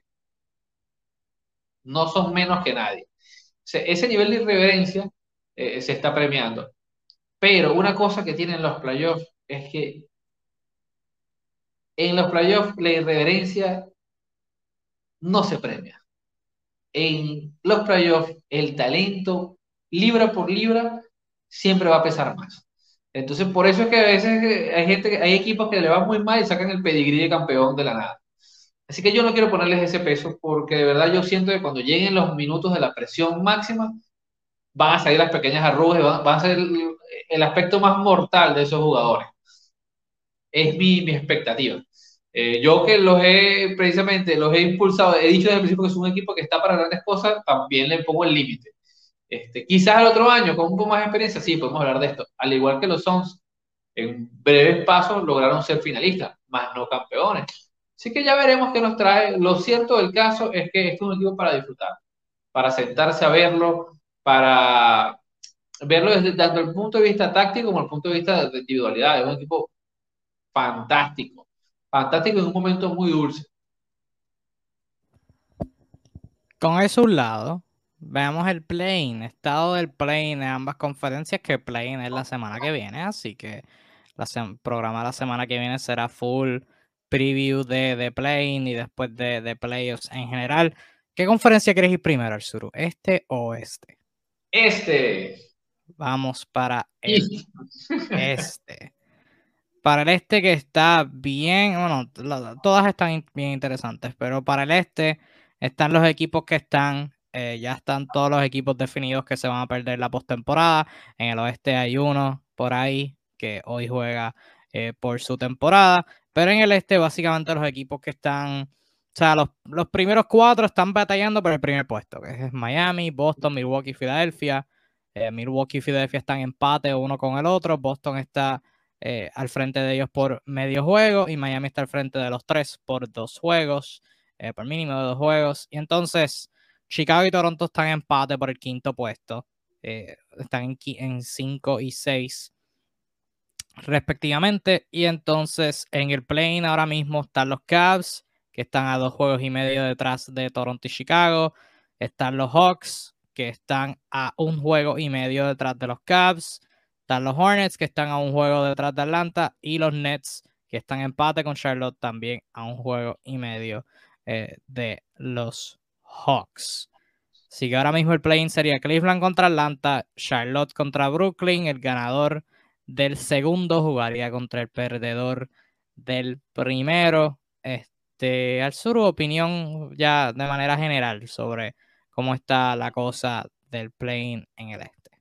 no son menos que nadie. O sea, ese nivel de irreverencia eh, se está premiando. Pero una cosa que tienen los playoffs es que en los playoffs la irreverencia no se premia. En los playoffs el talento, libra por libra, siempre va a pesar más. Entonces, por eso es que a veces eh, hay gente, hay equipos que le van muy mal y sacan el pedigrí de campeón de la nada. Así que yo no quiero ponerles ese peso porque de verdad yo siento que cuando lleguen los minutos de la presión máxima, van a salir las pequeñas arrugas y van, van a ser el, el aspecto más mortal de esos jugadores. Es mi, mi expectativa. Eh, yo que los he, precisamente, los he impulsado, he dicho desde el principio que es un equipo que está para grandes cosas, también le pongo el límite. Este, quizás el otro año, con un poco más de experiencia, sí, podemos hablar de esto. Al igual que los Suns, en breves pasos lograron ser finalistas, más no campeones. Así que ya veremos qué nos trae. Lo cierto del caso es que este es un equipo para disfrutar, para sentarse a verlo, para verlo desde tanto el punto de vista táctico como el punto de vista de individualidad. Es un equipo fantástico, fantástico en un momento muy dulce. Con eso a un lado, veamos el play-in, estado del play-in de ambas conferencias, que el play-in es la semana que viene, así que la programa la semana que viene será full preview de, de play-in y después de, de playoffs en general. ¿Qué conferencia quieres ir primero, Arzuru? ¿Este o oeste? Este. Vamos para el este. Para el este, que está bien, bueno, la, todas están bien interesantes, pero para el este están los equipos que están, eh, ya están todos los equipos definidos que se van a perder la postemporada. En el oeste hay uno por ahí que hoy juega eh, por su temporada, pero en el este básicamente los equipos que están, o sea, los, los primeros cuatro están batallando por el primer puesto, que es Miami, Boston, Milwaukee, Filadelfia. Eh, Milwaukee y Filadelfia están en empate uno con el otro. Boston está eh, al frente de ellos por medio juego y Miami está al frente de los tres por dos juegos, eh, por mínimo de dos juegos. Y entonces Chicago y Toronto están en empate por el quinto puesto. Eh, están en cinco y seis respectivamente. Y entonces en el play-in ahora mismo están los Cavs, que están a dos juegos y medio detrás de Toronto y Chicago. Están los Hawks, que están a un juego y medio detrás de los Cavs. Están los Hornets, que están a un juego detrás de Atlanta. Y los Nets, que están en empate con Charlotte, también a un juego y medio eh, de los Hawks. Así que ahora mismo el play-in sería Cleveland contra Atlanta, Charlotte contra Brooklyn. El ganador del segundo jugaría contra el perdedor del primero. Este, al sur, opinión ya de manera general sobre cómo está la cosa del play-in en el este.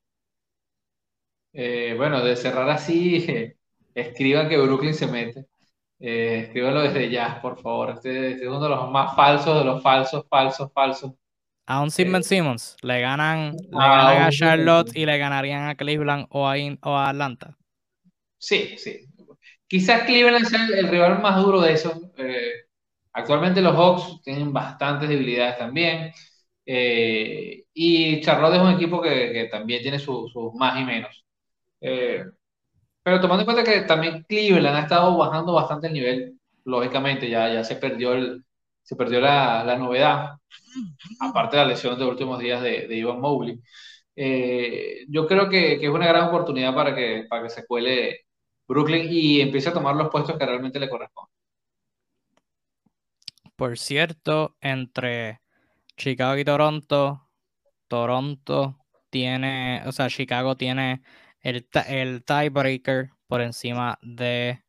Eh, bueno, de cerrar así, eh, escriban que Brooklyn se mete. Eh, escríbanlo desde ya, por favor. Este, este es uno de los más falsos, de los falsos, falsos, falsos. Aún sin Ben Simmons, le ganan, le A ganan a un- Charlotte y le ganarían a Cleveland o a, In- o a Atlanta. Sí, sí. Quizás Cleveland sea el, el rival más duro de esos. Eh, actualmente los Hawks tienen bastantes debilidades también. Eh, y Charlotte es un equipo que, que también tiene sus su más y menos. Eh, pero tomando en cuenta que también Cleveland ha estado bajando bastante el nivel, lógicamente ya, ya se perdió, el, se perdió la, la novedad, aparte de la lesión de los últimos días de, de Evan Mobley. Eh, yo creo que, que es una gran oportunidad para que, para que se cuele Brooklyn y empiece a tomar los puestos que realmente le corresponden. Por cierto, entre Chicago y Toronto, Toronto tiene, o sea, Chicago tiene el, ta- el tiebreaker por encima de,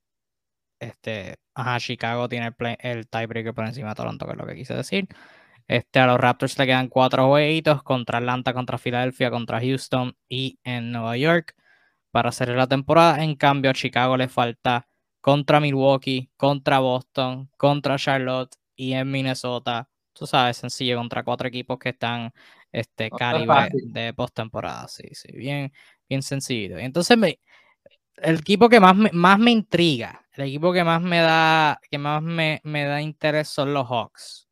este, ajá, Chicago tiene el, play- el tiebreaker por encima de Toronto, que es lo que quise decir. Este, a los Raptors le quedan cuatro jueguitos contra Atlanta, contra Filadelfia, contra Houston y en Nueva York para cerrar la temporada. En cambio, a Chicago le falta contra Milwaukee, contra Boston, contra Charlotte y en Minnesota. Tú sabes, sencillo, contra cuatro equipos que están este No está calibre fácil. de postemporada. Sí, sí, bien, bien sencillo. Y entonces me, el equipo que más me, más me intriga, el equipo que más me da, que más me, me da interés son los Hawks.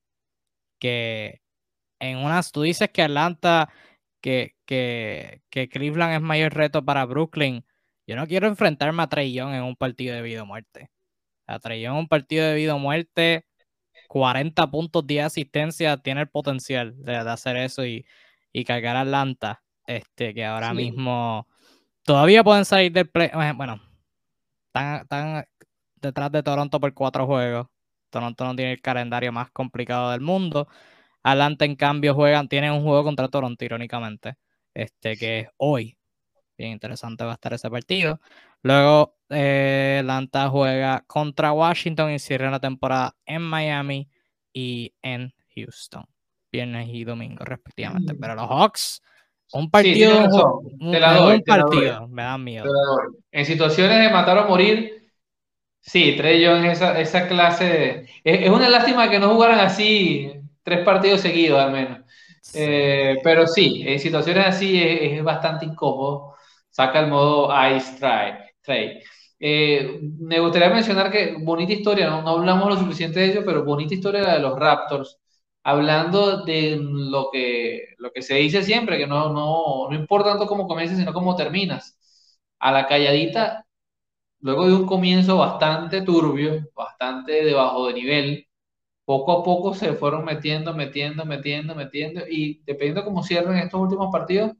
Que en unas, tú dices que Atlanta, que, que, que Cleveland es mayor reto para Brooklyn. Yo no quiero enfrentarme a Trae Young en un partido de vida o muerte. A Trae Young en un partido de vida o muerte, cuarenta puntos, diez asistencias, tiene el potencial de, de hacer eso y, y cargar a Atlanta, este, que ahora Sí, mismo todavía pueden salir del play. Bueno, están, están detrás de Toronto por cuatro juegos. Toronto no tiene el calendario más complicado del mundo. Atlanta, en cambio, juegan, tienen un juego contra Toronto, irónicamente, este, que es hoy. Bien interesante va a estar ese partido. Luego, eh, Atlanta juega contra Washington y cierra la temporada en Miami y en Houston. Viernes y domingo, respectivamente. Pero los Hawks, un sí, partido tienes de un ju- razón. Te un- la en doy, un te la doy, partido, me dan te miedo. la doy. En situaciones de matar o morir, sí, Trey Young, esa, esa clase de... Es, es una lástima que no jugaran así tres partidos seguidos al menos. Sí. Eh, pero sí, en situaciones así es, es bastante incómodo. Saca el modo Ice Try. Trey. Eh, me gustaría mencionar que bonita historia, no, no hablamos lo suficiente de ello, pero bonita historia la de los Raptors. Hablando de lo que, lo que se dice siempre, que no, no, no importa tanto cómo comiences, sino cómo terminas. A la calladita luego de un comienzo bastante turbio, bastante debajo de nivel, poco a poco se fueron metiendo, metiendo, metiendo, metiendo, y dependiendo de cómo cierren estos últimos partidos,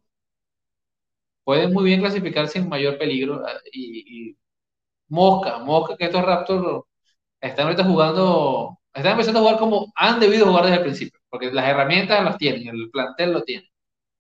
pueden muy bien clasificar sin mayor peligro. eh, Y, y mosca, mosca que estos Raptors están ahorita jugando, están empezando a jugar como han debido jugar desde el principio, porque las herramientas las tienen, el plantel lo tiene.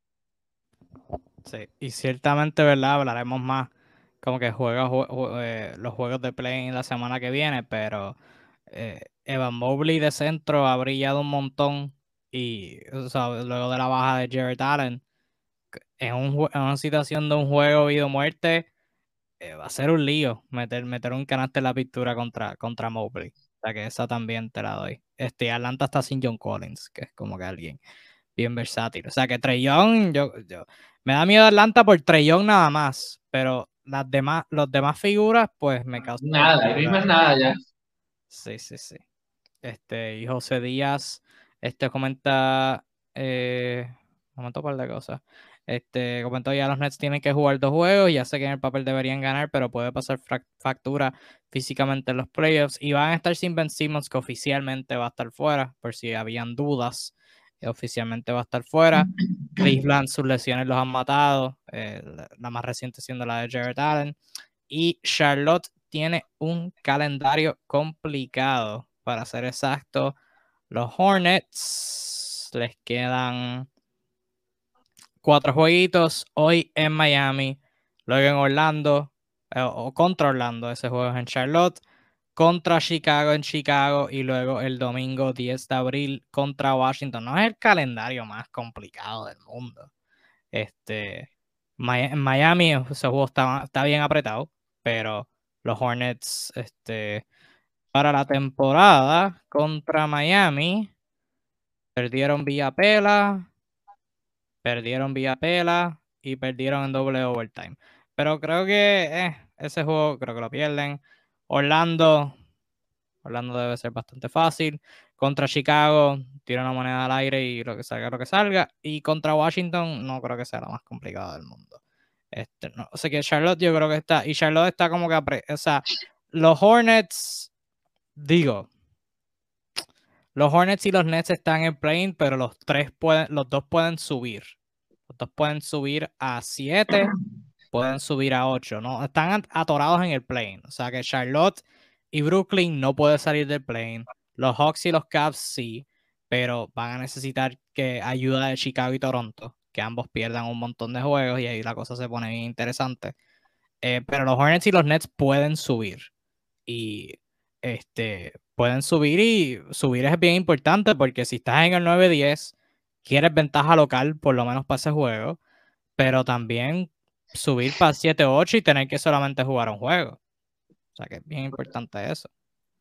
Sí, y ciertamente, ¿verdad? Hablaremos más como que juega, jue- jue- eh, los juegos de play la semana que viene, pero eh, Evan Mobley de centro ha brillado un montón y o sea, luego de la baja de Jared Allen, en, un, jue- en una situación de un juego vida o muerte, eh, va a ser un lío meter, meter un canasto en la pintura contra, contra Mobley. O sea que esa también te la doy. Este, Atlanta está sin John Collins, que es como que alguien bien versátil. O sea que Trae Young, yo, yo, me da miedo Atlanta por Trae Young nada más, pero las demás, los demás figuras, pues me causan Nada, ahí mismo es intriga. nada ya. Sí, sí, sí. Este, y José Díaz, este comenta, eh, comenta un par de cosas. Este, comentó ya los Nets tienen que jugar dos juegos, ya sé que en el papel deberían ganar, pero puede pasar frac- factura físicamente en los playoffs. Y van a estar sin Ben Simmons, que oficialmente va a estar fuera, por si habían dudas, eh, oficialmente va a estar fuera. Cleveland, sus lesiones los han matado, eh, la la más reciente siendo la de Jared Allen. Y Charlotte tiene un calendario complicado, para ser exacto. Los Hornets les quedan cuatro jueguitos. Hoy en Miami, luego en Orlando, eh, o contra Orlando, ese juego es en Charlotte. Contra Chicago en Chicago y luego el domingo diez de abril contra Washington. No es el calendario más complicado del mundo. Este, Mi- en Miami ese juego está, está bien apretado, pero los Hornets, este, para la temporada contra Miami, perdieron vía pela, perdieron vía pela y perdieron en doble overtime. Pero creo que eh, ese juego creo que lo pierden. Orlando, Orlando debe ser bastante fácil. Contra Chicago, tira una moneda al aire y lo que salga, lo que salga. Y contra Washington, no creo que sea lo más complicado del mundo. Este, no, o sea que Charlotte yo creo que está, y Charlotte está como que, apre, o sea, los Hornets, digo, los Hornets y los Nets están en play-in, pero los tres pueden, los dos pueden subir. Los dos pueden subir a siete, pueden subir a ocho, ¿no? Están atorados en el play-in. O sea que Charlotte y Brooklyn no pueden salir del play-in. Los Hawks y los Cavs sí, pero van a necesitar que ayuda de Chicago y Toronto, que ambos pierdan un montón de juegos y ahí la cosa se pone bien interesante. Eh, pero los Hornets y los Nets pueden subir. Y este, pueden subir y subir es bien importante porque si estás en el nueve diez, quieres ventaja local por lo menos para ese juego, pero también subir para siete ocho y tener que solamente jugar un juego. O sea que es bien importante eso.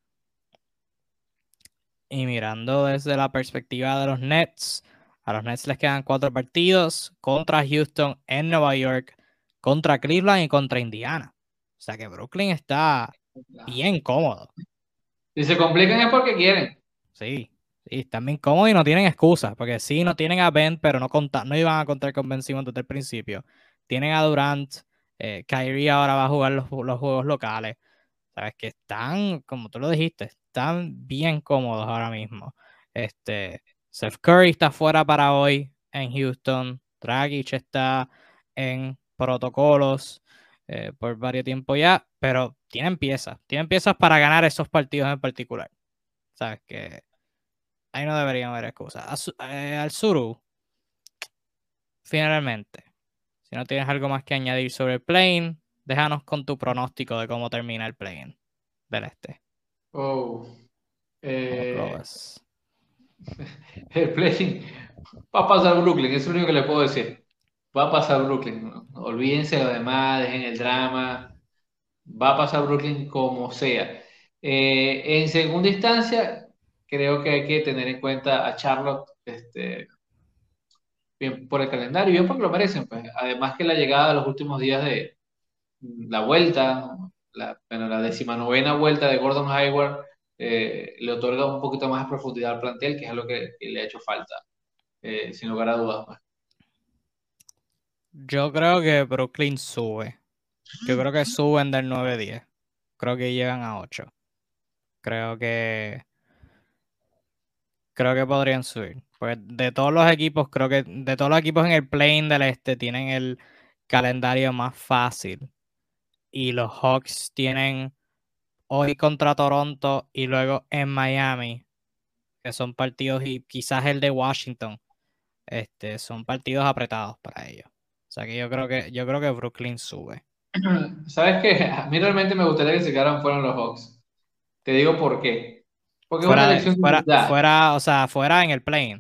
Y mirando desde la perspectiva de los Nets, a los Nets les quedan cuatro partidos contra Houston en Nueva York, contra Cleveland y contra Indiana. O sea que Brooklyn está bien cómodo. Si se complican es porque quieren. Sí, sí, están bien cómodos y no tienen excusa, porque sí, no tienen a Ben, pero no, conta, no iban a contar con Ben Simmons desde el principio. Tienen a Durant, eh, Kyrie ahora va a jugar los, los juegos locales. Sabes que están, como tú lo dijiste, están bien cómodos ahora mismo. Este, Steph Curry está fuera para hoy en Houston. Dragic está en protocolos eh, por varios tiempo ya, pero tienen piezas, tienen piezas para ganar esos partidos en particular. Sabes que ahí no deberían haber excusas. Eh, al Suru, finalmente, si no tienes algo más que añadir sobre el play-in, déjanos con tu pronóstico de cómo termina el play-in del este. Oh, ¿Cómo lo eh, ves? el play va a pasar Brooklyn, es lo único que le puedo decir. Va a pasar Brooklyn. ¿No? Olvídense lo demás, dejen el drama. Va a pasar Brooklyn como sea. Eh, en segunda instancia, creo que hay que tener en cuenta a Charlotte, este, bien por el calendario y bien porque lo merecen. Pues. Además que la llegada de los últimos días de la vuelta, la, bueno, la decimanovena vuelta de Gordon Hayward, eh, le otorga un poquito más de profundidad al plantel, que es lo que, que le ha hecho falta, eh, sin lugar a dudas. Pues. Yo creo que Brooklyn sube. Yo creo que suben del nueve diez. Creo que llegan a ocho. Creo que creo que podrían subir. Pues de todos los equipos, creo que de todos los equipos en el play-in del este tienen el calendario más fácil. Y los Hawks tienen hoy contra Toronto y luego en Miami, que son partidos, y quizás el de Washington, este, son partidos apretados para ellos. O sea que yo creo que yo creo que Brooklyn sube. ¿Sabes qué? A mí realmente me gustaría que se quedaran fuera los Hawks. Te digo por qué. Porque es una Fuera de, elección de fuera, humildad. fuera, o sea, fuera en el play-in.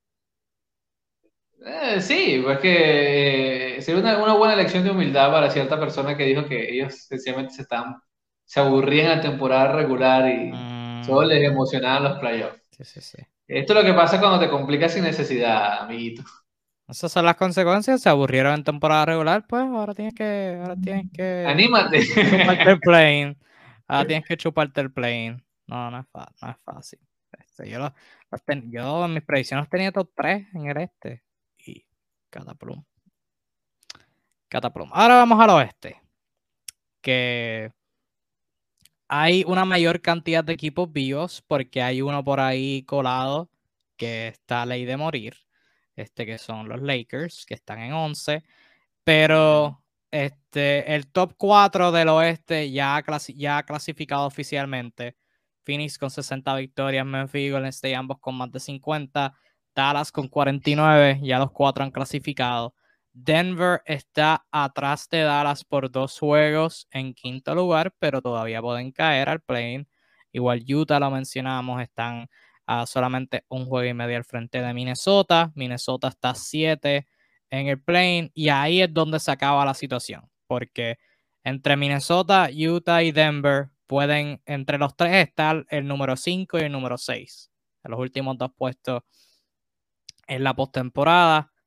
Eh, sí, pues que eh, sería una, una buena elección de humildad para cierta persona que dijo que ellos sencillamente se estaban, se aburrían en la temporada regular y solo Mm, les emocionaban los playoffs. sí, sí, sí. Esto es lo que pasa cuando te complicas sin necesidad, amiguito. Esas son las consecuencias. Se aburrieron en temporada regular, pues ahora tienes que, ahora tienes que Anímate. chuparte el play-in. Ahora tienes que chuparte el play-in. No, no es, fa- no es fácil. Este, yo, lo- los ten- yo en mis predicciones tenía top tres en el este. Y cataplum. Cataplum. Ahora vamos al oeste. Que hay una mayor cantidad de equipos vivos porque hay uno por ahí colado que está a ley de morir. Este que son los Lakers, que están en once. Pero este, el top cuatro del oeste ya ha, clasi- ya ha clasificado oficialmente. Phoenix con sesenta victorias, Memphis y Golden State ambos con más de cincuenta, Dallas con cuarenta y nueve, ya los cuatro han clasificado. Denver está atrás de Dallas por dos juegos en quinto lugar, pero todavía pueden caer al play-in. Igual Utah lo mencionamos, están a solamente un juego y medio al frente de Minnesota. Minnesota está a siete en el play-in y ahí es donde se acaba la situación, porque entre Minnesota, Utah y Denver pueden, entre los tres estar el número cinco y el número seis, en los últimos dos puestos en la postemporada.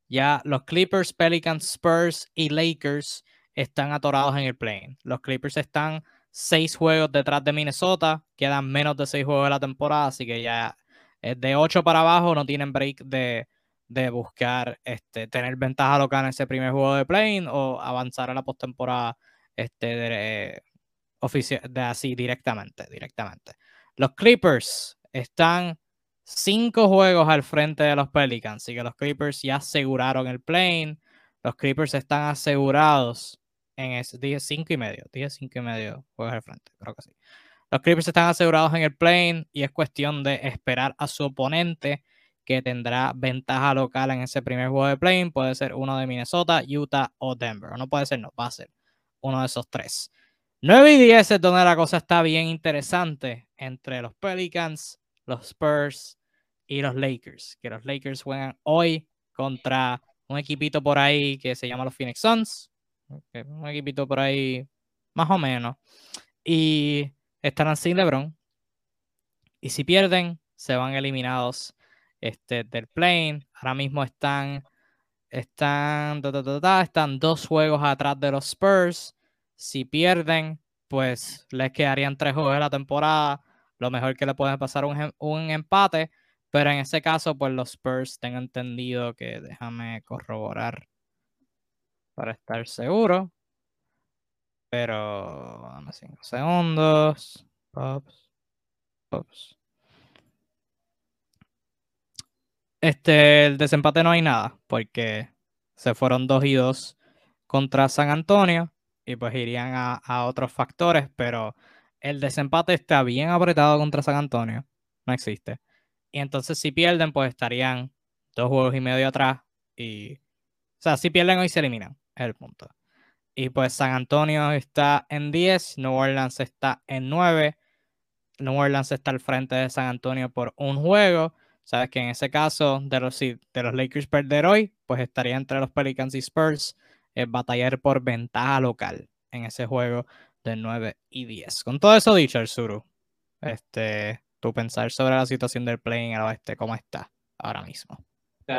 Ya los Clippers, Pelicans, Spurs y Lakers están atorados en el play-in. Los Clippers están seis juegos detrás de Minnesota, quedan menos de seis juegos de la temporada, así que ya de ocho para abajo no tienen break de, de buscar este, tener ventaja local en ese primer juego de play-in o avanzar a la postemporada este, de, oficial, de así directamente, directamente. Los Clippers están cinco juegos al frente de los Pelicans, así que los Clippers ya aseguraron el play-in. Los Clippers están asegurados en ese, dije cinco y medio, dije cinco y medio juegos al frente, creo que sí. Los Clippers están asegurados en el play-in y es cuestión de esperar a su oponente que tendrá ventaja local en ese primer juego de play-in. Puede ser uno de Minnesota, Utah o Denver. O no puede ser, no, va a ser uno de esos tres. nueve y diez es donde la cosa está bien interesante entre los Pelicans, los Spurs y los Lakers. Que los Lakers juegan hoy contra un equipito por ahí que se llama los Phoenix Suns. Un equipito por ahí más o menos. Y estarán sin LeBron. Y si pierden, se van eliminados este, del play-in. Ahora mismo están, están, ta, ta, ta, ta, están dos juegos atrás de los Spurs. Si pierden, pues les quedarían tres juegos de la temporada. Lo mejor que le puede pasar un, un empate. Pero en ese caso, pues los Spurs tengo entendido que déjame corroborar para estar seguro. Pero dame cinco segundos. Pops, pops. Este, el desempate no hay nada, porque se fueron dos y dos contra San Antonio y pues irían a, a otros factores, pero el desempate está bien apretado contra San Antonio, no existe. Y entonces si pierden, pues estarían dos juegos y medio atrás y, o sea, si pierden hoy se eliminan, es el punto. Y pues San Antonio está en diez, New Orleans está en nueve, New Orleans está al frente de San Antonio por un juego. Sabes que en ese caso de los, de los Lakers perder hoy, pues estaría entre los Pelicans y Spurs eh, batallar por ventaja local en ese juego de nueve y diez. Con todo eso dicho, Arzuru, este, tu pensar sobre la situación del play en el oeste, ¿cómo está ahora mismo? Está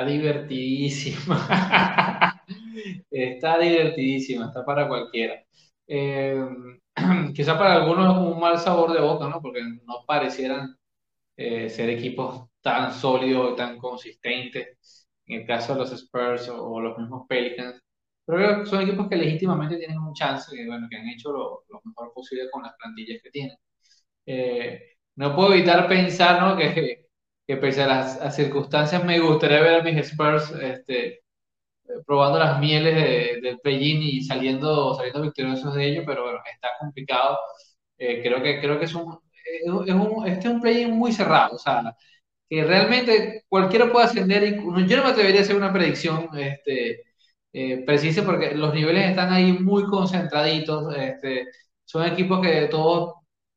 divertidísima. Está divertidísima, está para cualquiera. Eh, quizá para algunos un mal sabor de boca, ¿no? Porque no parecieran eh, ser equipos tan sólidos, tan consistentes. En el caso de los Spurs o, o los mismos Pelicans. Pero creo que son equipos que legítimamente tienen un chance, que, bueno, que han hecho lo, lo mejor posible con las plantillas que tienen. Eh, no puedo evitar pensar, ¿no? que, que pese a las a circunstancias me gustaría ver a mis Spurs este, probando las mieles de- del play-in y saliendo, saliendo victoriosos de ello, pero bueno, está complicado. Eh, creo que, creo que es un, es un, este es un play-in muy cerrado, o sea, que realmente cualquiera puede ascender y yo no me atrevería a hacer una predicción este, eh, precisa porque los niveles están ahí muy concentraditos, este, son equipos que todos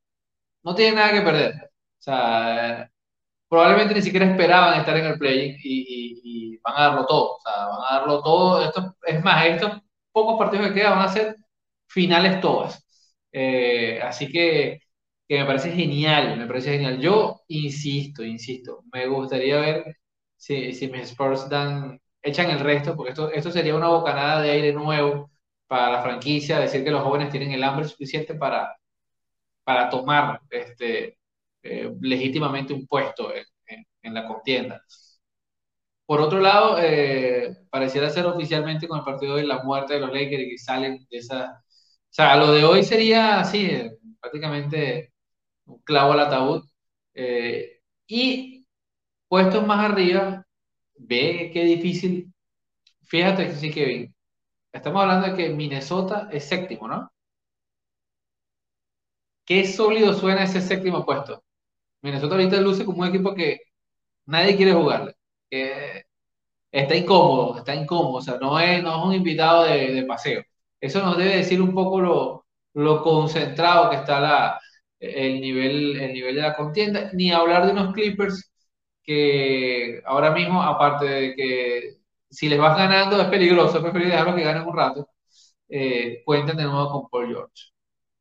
no tienen nada que perder. O sea, probablemente ni siquiera esperaban estar en el play y, y, y, van a darlo todo. O sea, van a darlo todo. Esto, es más, estos pocos partidos que quedan van a ser finales todas. Eh, así que, que me parece genial, me parece genial. Yo insisto, insisto, me gustaría ver si, si mis Spurs dan, echan el resto, porque esto, esto sería una bocanada de aire nuevo para la franquicia, decir que los jóvenes tienen el hambre suficiente para para tomar este, eh, legítimamente un puesto en, en, en, la contienda. Por otro lado, eh, pareciera ser oficialmente con el partido de la muerte de los Lakers que salen de esa... O sea, lo de hoy sería así, eh, prácticamente un clavo al ataúd. Eh, y puestos más arriba, ve qué difícil. Fíjate que sí, Kevin. Estamos hablando de que Minnesota es séptimo, ¿no? Qué sólido suena ese séptimo puesto. Minnesota ahorita luce como un equipo que nadie quiere jugarle. Que está incómodo, está incómodo, o sea, no es, no es un invitado de, de paseo. Eso nos debe decir un poco lo, lo concentrado que está la, el, nivel, el nivel de la contienda, ni hablar de unos Clippers que ahora mismo, aparte de que si les vas ganando es peligroso, es preferible dejarlos que ganen un rato, eh, cuenten de nuevo con Paul George.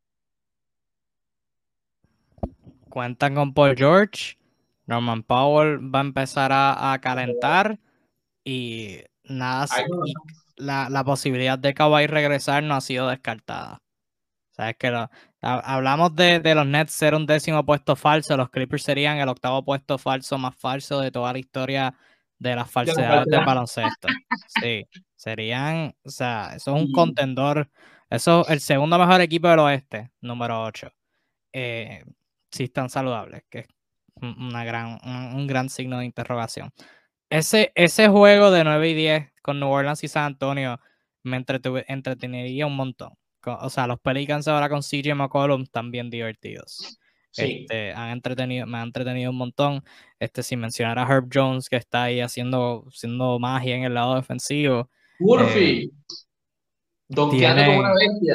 Cuentan con Paul George, Norman Powell va a empezar a, a calentar y nada, Ahí se- no, y la, la posibilidad de Kawhi regresar no ha sido descartada. Sabes que lo- ha- hablamos de, de los Nets ser un décimo puesto falso, los Clippers serían el octavo puesto falso más falso de toda la historia de las ya no falsedades del falta. baloncesto. Sí, serían, o sea, eso es un Y, contendor, eso es el segundo mejor equipo del oeste, número ocho. Eh, si están saludables, que es un- una gran, un, un gran signo de interrogación. Ese, ese juego de nueve y diez con New Orleans y San Antonio me entretuve- entretenería un montón. Co- O sea, los Pelicans ahora con C J McCollum están bien divertidos. sí, Este, han entretenido, me han entretenido un montón. Este, sin mencionar a Herb Jones, que está ahí haciendo, haciendo magia en el lado defensivo. Eh, Murphy, donkeando como una tienen, bestia.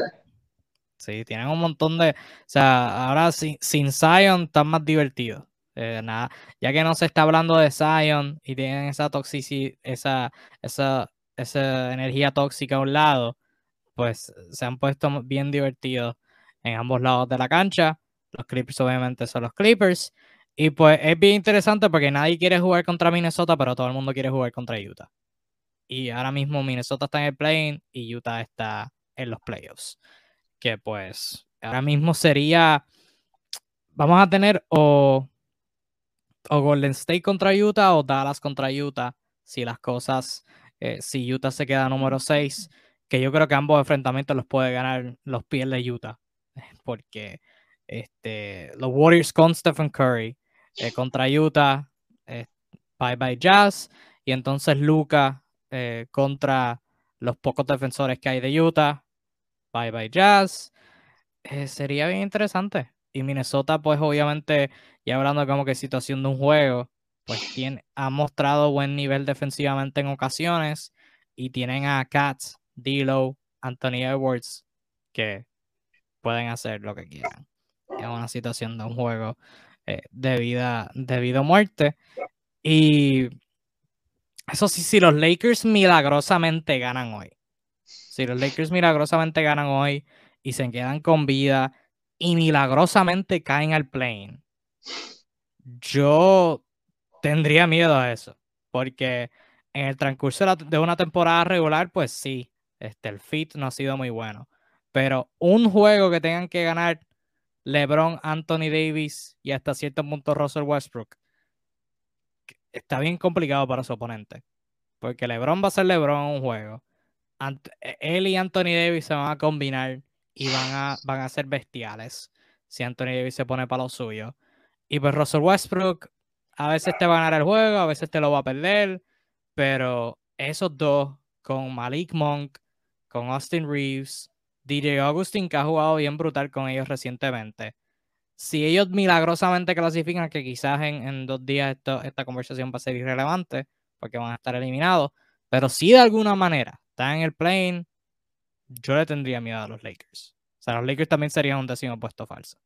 sí, tienen un montón de. O sea, ahora sin, sin Zion están más divertidos. Eh, nada, ya que no se está hablando de Zion y tienen esa toxicidad, esa, esa, esa energía tóxica a un lado, pues se han puesto bien divertidos en ambos lados de la cancha. Los Clippers obviamente son los Clippers. Y pues es bien interesante porque nadie quiere jugar contra Minnesota, pero todo el mundo quiere jugar contra Utah. Y ahora mismo Minnesota está en el play-in y Utah está en los playoffs. Que pues ahora mismo sería, vamos a tener o, o Golden State contra Utah o Dallas contra Utah, si las cosas, eh, si Utah se queda número seis, que yo creo que ambos enfrentamientos los puede ganar, los pierde Utah, porque este, los Warriors con Stephen Curry eh, contra Utah, eh, bye bye Jazz, y entonces Luka eh, contra los pocos defensores que hay de Utah, bye bye Jazz. Eh, sería bien interesante. Y Minnesota, pues obviamente, ya hablando como que situación de un juego, pues tiene, ha mostrado buen nivel defensivamente en ocasiones y tienen a Katz, D'Lo, Anthony Edwards, que pueden hacer lo que quieran. Es una situación de un juego eh, de vida, de vida o muerte. Y eso sí, si los Lakers milagrosamente ganan hoy, si los Lakers milagrosamente ganan hoy y se quedan con vida y milagrosamente caen al play, yo tendría miedo a eso. Porque en el transcurso de, la- de una temporada regular, pues sí, este, el fit no ha sido muy bueno. Pero un juego que tengan que ganar LeBron, Anthony Davis y hasta cierto punto Russell Westbrook, está bien complicado para su oponente. Porque LeBron va a ser LeBron en un juego. Ant- e, él y Anthony Davis se van a combinar y van a, van a ser bestiales si Anthony Davis se pone para lo suyo. Y pues Russell Westbrook a veces te va a ganar el juego, a veces te lo va a perder, pero esos dos, con Malik Monk, con Austin Reeves, D J Augustin, que ha jugado bien brutal con ellos recientemente. Si ellos milagrosamente clasifican, que quizás en, en dos días esto, esta conversación va a ser irrelevante, porque van a estar eliminados, pero si de alguna manera están en el plane, yo le tendría miedo a los Lakers. O sea, los Lakers también serían un décimo puesto falso.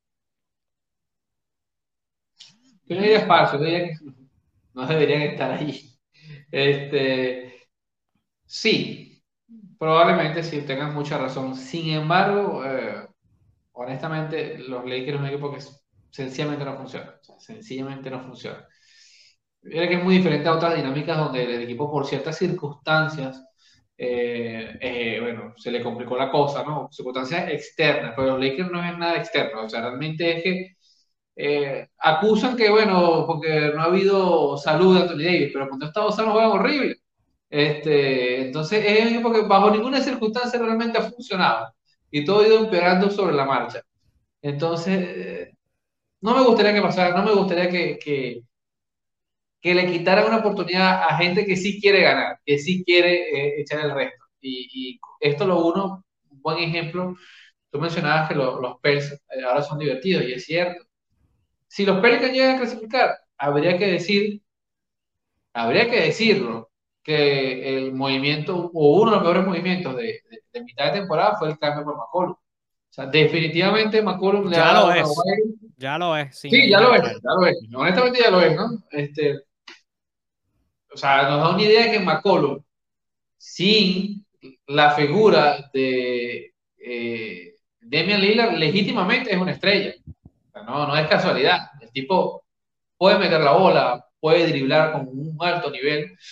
Yo no diría falso, yo diría que no deberían estar ahí. Este, sí, probablemente sí tengan mucha razón. Sin embargo, eh, honestamente, los Lakers es un equipo que sencillamente no funciona. O sea, sencillamente no funciona. Yo creo que es muy diferente a otras dinámicas donde el equipo, por ciertas circunstancias, eh, eh, bueno, se le complicó la cosa, ¿no? Circunstancias externas, pero los Lakers no es nada externo. O sea, realmente es que eh, acusan que, bueno, porque no ha habido salud de Anthony Davis, pero cuando ha estado sano juegan horrible. Este, entonces es un equipo que bajo ninguna circunstancia realmente ha funcionado y todo ha ido empeorando sobre la marcha. Entonces, eh, no me gustaría que pasara, no me gustaría que, que, que le quitaran una oportunidad a gente que sí quiere ganar, que sí quiere eh, echar el resto. Y, y esto lo uno, un buen ejemplo, tú mencionabas que lo, los Pels eh, ahora son divertidos y es cierto. Si los Pelicans llegan a clasificar, habría que decir, habría que decirlo, que el movimiento, o uno de los peores movimientos de, de, de mitad de temporada fue el cambio por McCollum. O sea, definitivamente McCollum le ha Ya lo dado una es, guay. ya lo es, sin Sí, ellos ya lo es, entrar. ya lo es. Ujú. Honestamente ya lo es, ¿no? Este, o sea, nos da una idea que McCollum, sin la figura de eh, Damian Lillard, legítimamente es una estrella. O sea, no, no es casualidad. El tipo puede meter la bola, puede driblar con un alto nivel.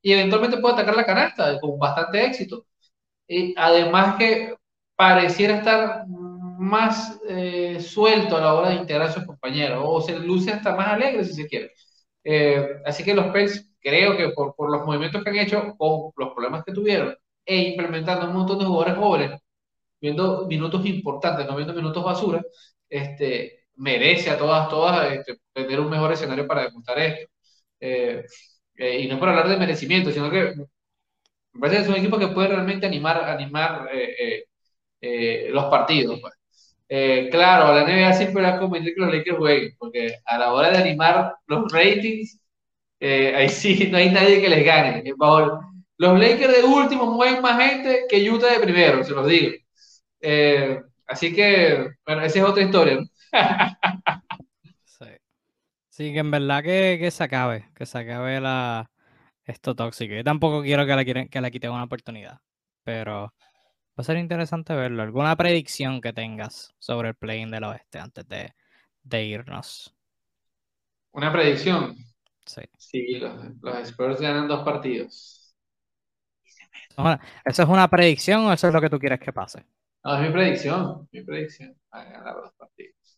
y eventualmente puede atacar la canasta con bastante éxito. Y además que pareciera estar más eh, suelto a la hora de integrar a sus compañeros, o se luce hasta más alegre si se quiere. Eh, así que los Pels, creo que por, por los movimientos que han hecho, con los problemas que tuvieron, e implementando un montón de jugadores jóvenes, viendo minutos importantes, no viendo minutos basura, este, merece a todas, todas este, tener un mejor escenario para demostrar esto. Eh, eh, y no por hablar de merecimiento, sino que me parece que es un equipo que puede realmente animar, animar eh, eh, eh, los partidos. Pues. Eh, claro, a la N B A siempre va a convenir que los Lakers jueguen, porque a la hora de animar los ratings, eh, ahí sí no hay nadie que les gane. Eh, Por favor, los Lakers de último mueven más gente que Utah de primero, se los digo. Eh, así que, bueno, esa es otra historia, ¿no? Sí. Sí, que en verdad que, que se acabe, que se acabe la, esto tóxico. Yo tampoco quiero que le, quieren- que le quiten una oportunidad, pero va a ser interesante verlo. ¿Alguna predicción que tengas sobre el play-in del oeste antes de, de irnos? Una predicción. Sí. Sí, los, los Spurs ganan dos partidos. Bueno, ¿eso es una predicción o eso es lo que tú quieres que pase? No, es mi predicción, mi predicción. Van a ganar dos partidos.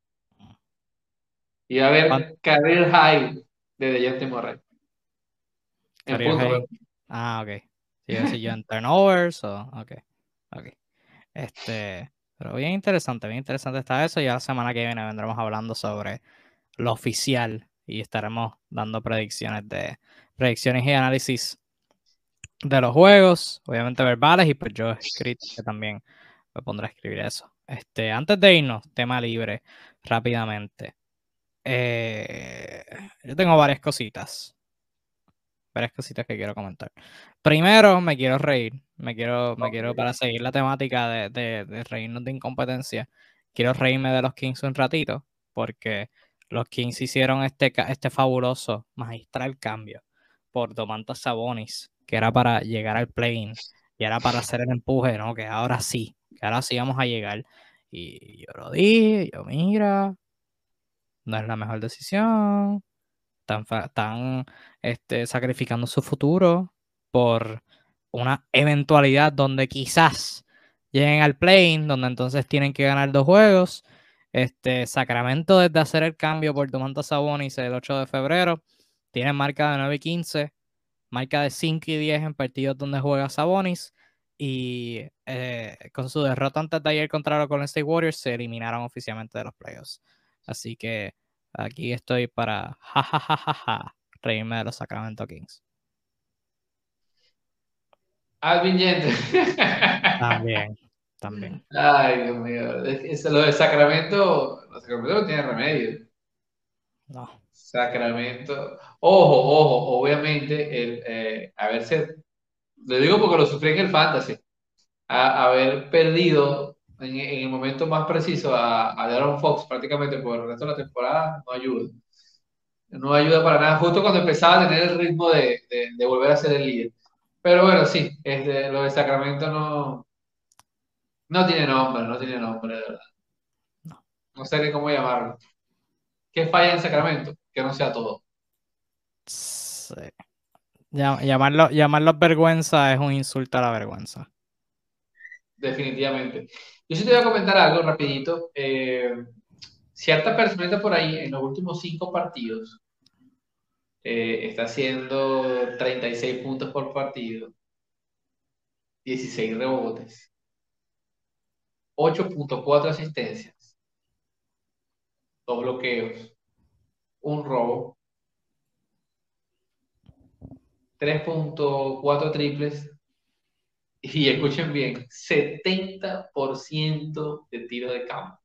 Y va a ¿Cuánto? haber career high de DeJounte Murray. En Career puntos. high. Ah, ok. Sí, decir yo en turnovers o... Ok, ok. Este... Pero bien interesante, bien interesante está eso. Ya la semana que viene vendremos hablando sobre lo oficial y estaremos dando predicciones de predicciones y análisis de los juegos, obviamente verbales, y pues yo escrito que también me pondré a escribir eso. Este, antes de irnos, tema libre, rápidamente. Eh, yo tengo varias cositas, varias cositas que quiero comentar. Primero, me quiero reír, me quiero, me quiero para seguir la temática de, de, de reírnos de incompetencia, quiero reírme de los Kings un ratito, porque los Kings hicieron este, ca- este fabuloso, magistral cambio por Domantas Sabonis, que era para llegar al play-in, y era para hacer el empuje, ¿no? Que ahora sí, que ahora sí vamos a llegar. Y yo lo dije, yo mira, no es la mejor decisión, están, fa- están este, sacrificando su futuro por una eventualidad donde quizás lleguen al play-in, donde entonces tienen que ganar dos juegos. Este, Sacramento, desde hacer el cambio por Domantas Sabonis el ocho de febrero, tiene marca de nueve y quince, marca de cinco y diez en partidos donde juega Sabonis. Y eh, con su derrota antes de ayer contra los Golden State Warriors, se eliminaron oficialmente de los playoffs. Así que aquí estoy para jajajaja reírme de los Sacramento Kings. Alvin Gentry. También, también. Ay, Dios mío. Es que eso- lo de Sacramento, los Sacramento no tiene remedio. No. Sacramento. Ojo, ojo, obviamente, el, eh, haberse, lo digo porque lo sufrí en el Fantasy, a- haber perdido en, en el momento más preciso a, a Darren Fox prácticamente por el resto de la temporada, no ayuda. No ayuda para nada, justo cuando empezaba a tener el ritmo de, de, de volver a ser el líder. Pero bueno, sí, este, lo de Sacramento no, no tiene nombre, no tiene nombre, de verdad. No. No sé ni cómo llamarlo. ¿Qué falla en Sacramento? Que no sea todo. Sí. Llam- Llamarlo, llamarlos vergüenza es un insulto a la vergüenza. Definitivamente. Yo sí te voy a comentar algo rapidito. Eh, cierta personita por ahí en los últimos cinco partidos eh, está haciendo treinta y seis puntos por partido, dieciséis rebotes, ocho punto cuatro asistencias, dos bloqueos, un robo, tres punto cuatro triples y escuchen bien, setenta por ciento de tiro de campo,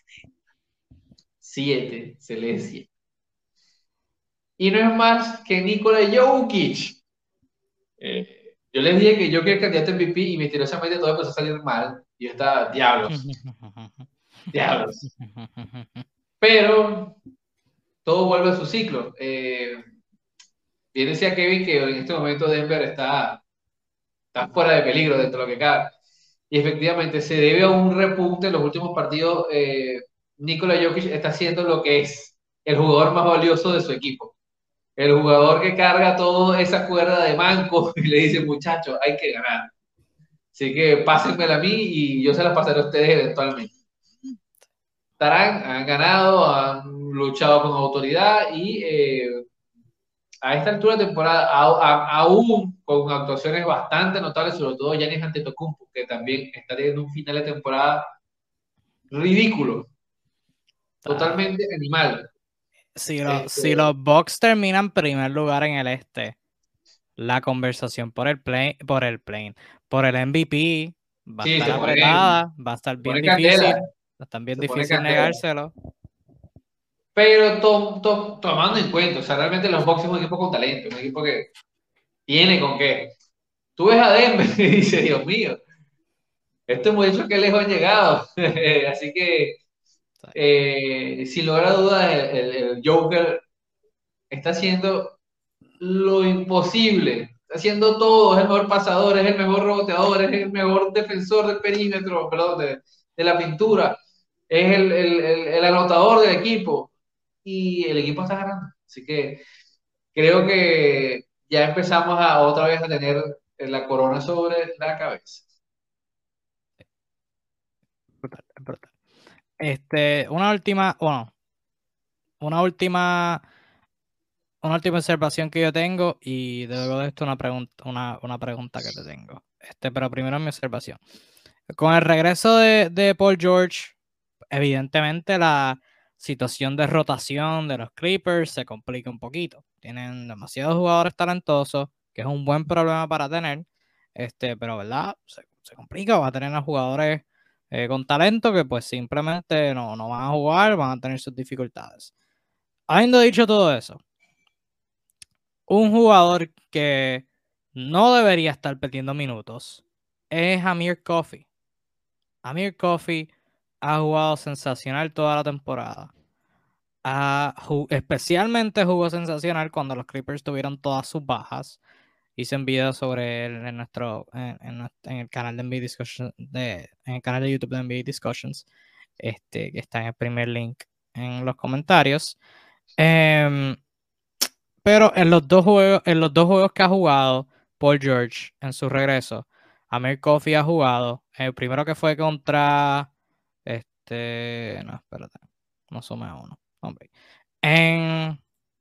siete Celestia. Y no es más que Nikola Jokic. Eh, yo les dije que yo quería el candidato M V P y misteriosamente todo empezó a salir mal. Y yo estaba, diablos, diablos. Pero todo vuelve a su ciclo. Eh, bien decía Kevin que en este momento Denver está, está fuera de peligro dentro de lo que cabe. Y efectivamente se debe a un repunte en los últimos partidos. Eh, Nikola Jokic está haciendo lo que es el jugador más valioso de su equipo. el jugador que carga toda esa cuerda de manco y le dice, muchachos, hay que ganar. Así que pásenmela a mí y yo se las pasaré a ustedes eventualmente. Tarán han ganado, han luchado con autoridad y eh, a esta altura de temporada, a, a, aún con actuaciones bastante notables, sobre todo Giannis Antetokounmpo, que también está teniendo un final de temporada ridículo, Está- totalmente animal. si, lo- Este, si los Bucks terminan primer lugar en el este, la conversación por el play, por el plane, por el M V P va a sí, estar se pone, apretada, va a estar se bien pone candela, difícil, va a estar bien se pone difícil candela. negárselo. Pero to, to, tomando en cuenta, o sea, realmente los Bucks es un equipo con talento, un equipo que tiene con qué. Tú ves a Denver y dices, Dios mío, estos muchachos que lejos han llegado. Así que, eh, sin lugar a dudas, el, el, el Joker está haciendo lo imposible. Está haciendo todo, es el mejor pasador, es el mejor reboteador, es el mejor defensor del perímetro, perdón, de, de la pintura, es el, el, el, el anotador del equipo y el equipo está ganando. Así que creo que ya empezamos a otra vez a tener la corona sobre la cabeza. Brutal, brutal. Este, una última, bueno, una última, una última observación que yo tengo y luego de esto una pregunta, una, una pregunta que te tengo. Este, pero primero mi observación. Con el regreso de, de Paul George, evidentemente la situación de rotación de los Clippers se complica un poquito. Tienen demasiados jugadores talentosos, que es un buen problema para tener, este, pero ¿verdad? Se, se complica, va a tener a jugadores eh, con talento que pues simplemente no, no van a jugar, van a tener sus dificultades. Habiendo dicho todo eso, un jugador que no debería estar perdiendo minutos es Amir Coffey. Amir Coffey ha jugado sensacional toda la temporada. Ha ju- especialmente jugó sensacional cuando los Clippers tuvieron todas sus bajas. Hice un video sobre él en nuestro en, en nues- en el canal de N B A Discussions de, en el canal de YouTube de N B A Discussions, este, que está en el primer link en los comentarios. Em, pero en los dos juegos, en los dos juegos que ha jugado Paul George en su regreso, Amir Coffey ha jugado. El primero que fue contra este. No, espérate. No sume a uno. Hombre. En.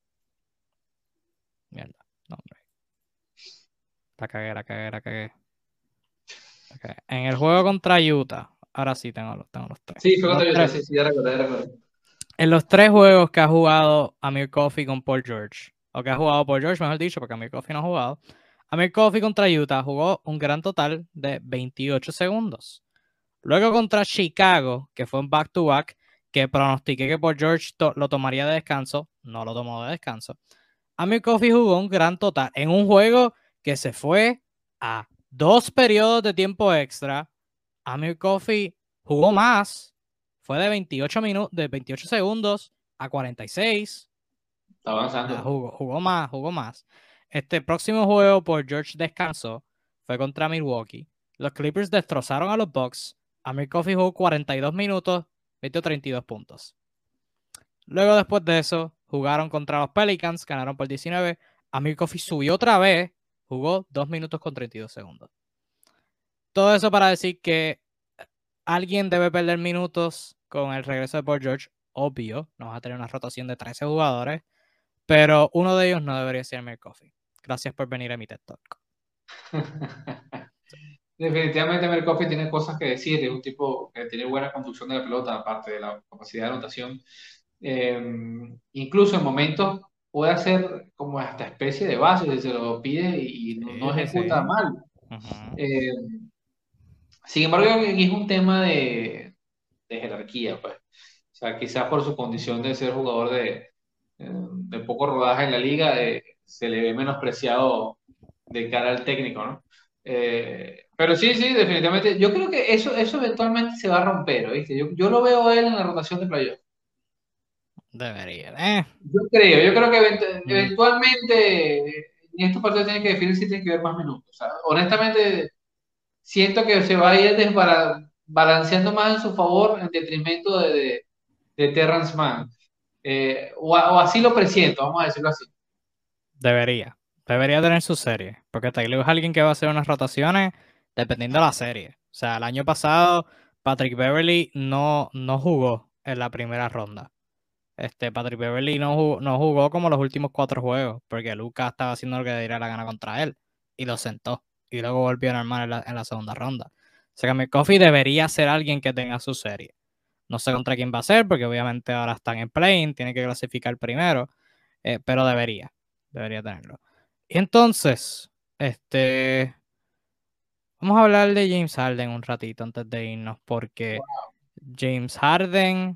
Mierda. No, hombre. La cagué, la cagué, la cagué. la cagué. En el juego contra Utah. Ahora sí tengo los, tengo los tres. Sí, fue En los contra Utah, tres, sí, sí, ya recordé, ya recordé. en los tres juegos que ha jugado Amir Coffey con Paul George. O que ha jugado Paul George, mejor dicho, porque Amir Coffey no ha jugado. Amir Coffey contra Utah jugó un gran total de veintiocho segundos. Luego contra Chicago, que fue un back-to-back, que pronostiqué que Paul George to lo tomaría de descanso. No lo tomó de descanso. Amir Coffey jugó un gran total en un juego que se fue a dos periodos de tiempo extra. Amir Coffey jugó más. Fue de veintiocho minutos, de veintiocho segundos a cuarenta y seis. Está Ah, avanzando. jugó, jugó más, jugó más. Este próximo juego por George descansó. Fue contra Milwaukee. Los Clippers destrozaron a los Bucks. Amir Coffey jugó cuarenta y dos minutos, metió treinta y dos puntos. Luego, después de eso, jugaron contra los Pelicans, ganaron por diecinueve. Amir Coffey subió otra vez, jugó dos minutos con treinta y dos segundos. Todo eso para decir que alguien debe perder minutos con el regreso de Paul George. Obvio, no vas a tener una rotación de trece jugadores, pero uno de ellos no debería ser Amir Coffey. Gracias por venir a mi TED Talk. Definitivamente Amir Coffey tiene cosas que decir, es un tipo que tiene buena conducción de la pelota, aparte de la capacidad de anotación. Eh, incluso en momentos puede hacer como hasta especie de base, si se lo pide y no, Sí, no sí, ejecuta sí. mal. Uh-huh. Eh, Sin embargo, aquí es un tema de, de jerarquía, pues. O sea, quizás por su condición de ser jugador de, eh, de poco rodaje en la liga, eh, se le ve menospreciado de cara al técnico, ¿no? Eh, pero sí, sí, definitivamente. Yo creo que eso, eso eventualmente se va a romper, ¿viste? Yo, yo lo veo a él en la rotación de playoff. Debería. Eh. Yo creo, yo creo que event- Mm. eventualmente en estos partidos tiene que definir si tiene que ver más minutos. O sea, honestamente, siento que se va a ir desbara- balanceando más en su favor en detrimento de, de, de Terrence Mann. Eh, o, a- o así lo presiento, vamos a decirlo así. Debería. Debería tener su serie. Porque Taylor es alguien que va a hacer unas rotaciones dependiendo de la serie. O sea, el año pasado Patrick Beverley no, no jugó en la primera ronda. Este, Patrick Beverley no jugó, no jugó como los últimos cuatro juegos. Porque Lucas estaba haciendo lo que le diera la gana contra él. Y lo sentó. Y luego volvió normal en la, en la segunda ronda. O sea que McCoffey debería ser alguien que tenga su serie. No sé contra quién va a ser, porque obviamente ahora están en play, tiene que clasificar primero. Eh, pero debería. Debería tenerlo. Y entonces, este, vamos a hablar de James Harden un ratito antes de irnos, porque James Harden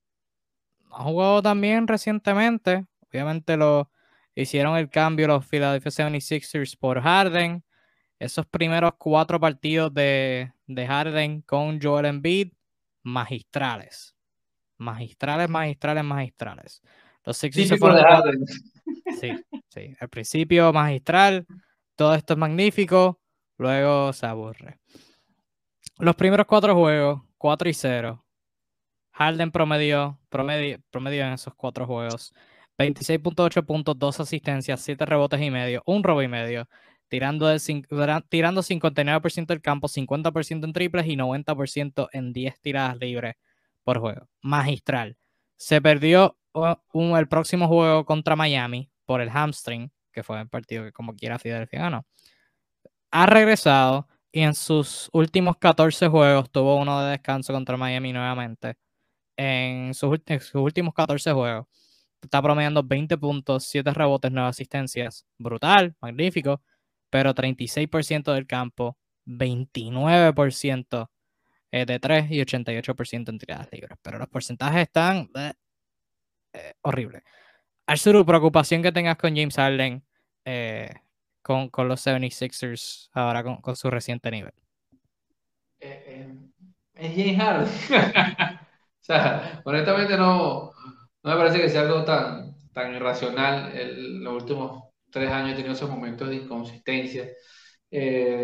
ha jugado también recientemente. Obviamente lo hicieron el cambio los Philadelphia setenta y seis ers por Harden. Esos primeros cuatro partidos de, de Harden con Joel Embiid, magistrales. Magistrales, magistrales, magistrales. Los Sixers se Típico de fueron cuatro. Harden. Sí, sí. Al principio magistral, todo esto es magnífico, luego se aburre. Los primeros cuatro juegos, cuatro y cero. Harden promedió, promedio, promedio en esos cuatro juegos. veintiséis punto ocho puntos, dos asistencias, siete rebotes y medio, un robo y medio. Tirando, de, tirando cincuenta y nueve por ciento del campo, cincuenta por ciento en triples y noventa por ciento en diez tiradas libres por juego. Magistral. Se perdió uh, un, el próximo juego contra Miami por el hamstring, que fue el partido que como quiera Filadelfia ganó. Ha regresado y en sus últimos catorce juegos tuvo uno de descanso contra Miami nuevamente. En sus, en sus últimos catorce juegos está promediando veinte puntos, siete rebotes, nueve asistencias. Brutal, magnífico, pero treinta y seis por ciento del campo, veintinueve por ciento de tres y ochenta y ocho por ciento en tiradas libres. Pero los porcentajes están eh, eh, horribles. Arturo, preocupación que tengas con James Harden eh, con, con los setenta y seis ers ahora con, con su reciente nivel. Eh, eh, es James Harden. O sea, honestamente no, no me parece que sea algo tan, tan irracional. El- los últimos tres años he tenido esos momentos de inconsistencia. Eh,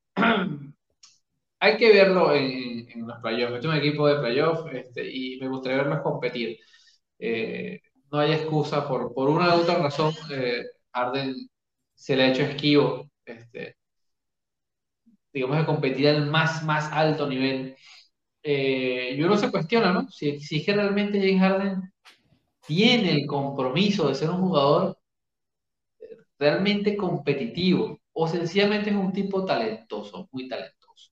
hay que verlo en, en los playoffs. Este es un equipo de playoffs este, y me gustaría verlos competir. Eh, no hay excusa por, por una u otra razón. Eh, Harden se le ha hecho esquivo, este, digamos, de competir al más, más alto nivel. Eh, y uno se cuestiona, ¿no? Si exige realmente James Harden tiene el compromiso de ser un jugador realmente competitivo o sencillamente es un tipo talentoso, muy talentoso.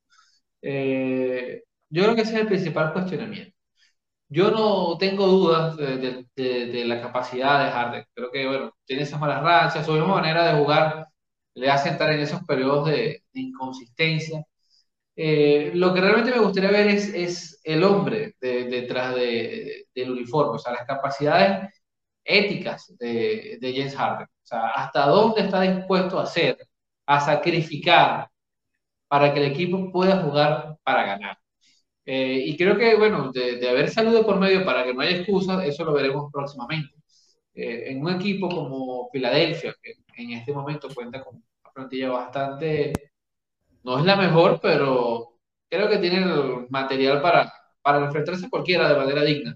Eh, yo creo que ese es el principal cuestionamiento. Yo no tengo dudas de, de- de- de la capacidad de Harden. Creo que, bueno, tiene esas malas rachas, su misma manera de jugar le hace estar en esos periodos de, de inconsistencia. Eh, lo que realmente me gustaría ver es, es el hombre de- detrás de- del uniforme, o sea, las capacidades éticas de, de James Harden. O sea, hasta dónde está dispuesto a hacer, a sacrificar para que el equipo pueda jugar para ganar. Eh, y creo que, bueno, de, de haber salud por medio para que no haya excusas, eso lo veremos próximamente. Eh, en un equipo como Filadelfia, que en este momento cuenta con una plantilla bastante, no es la mejor, pero creo que tiene el material para, para enfrentarse a cualquiera de manera digna.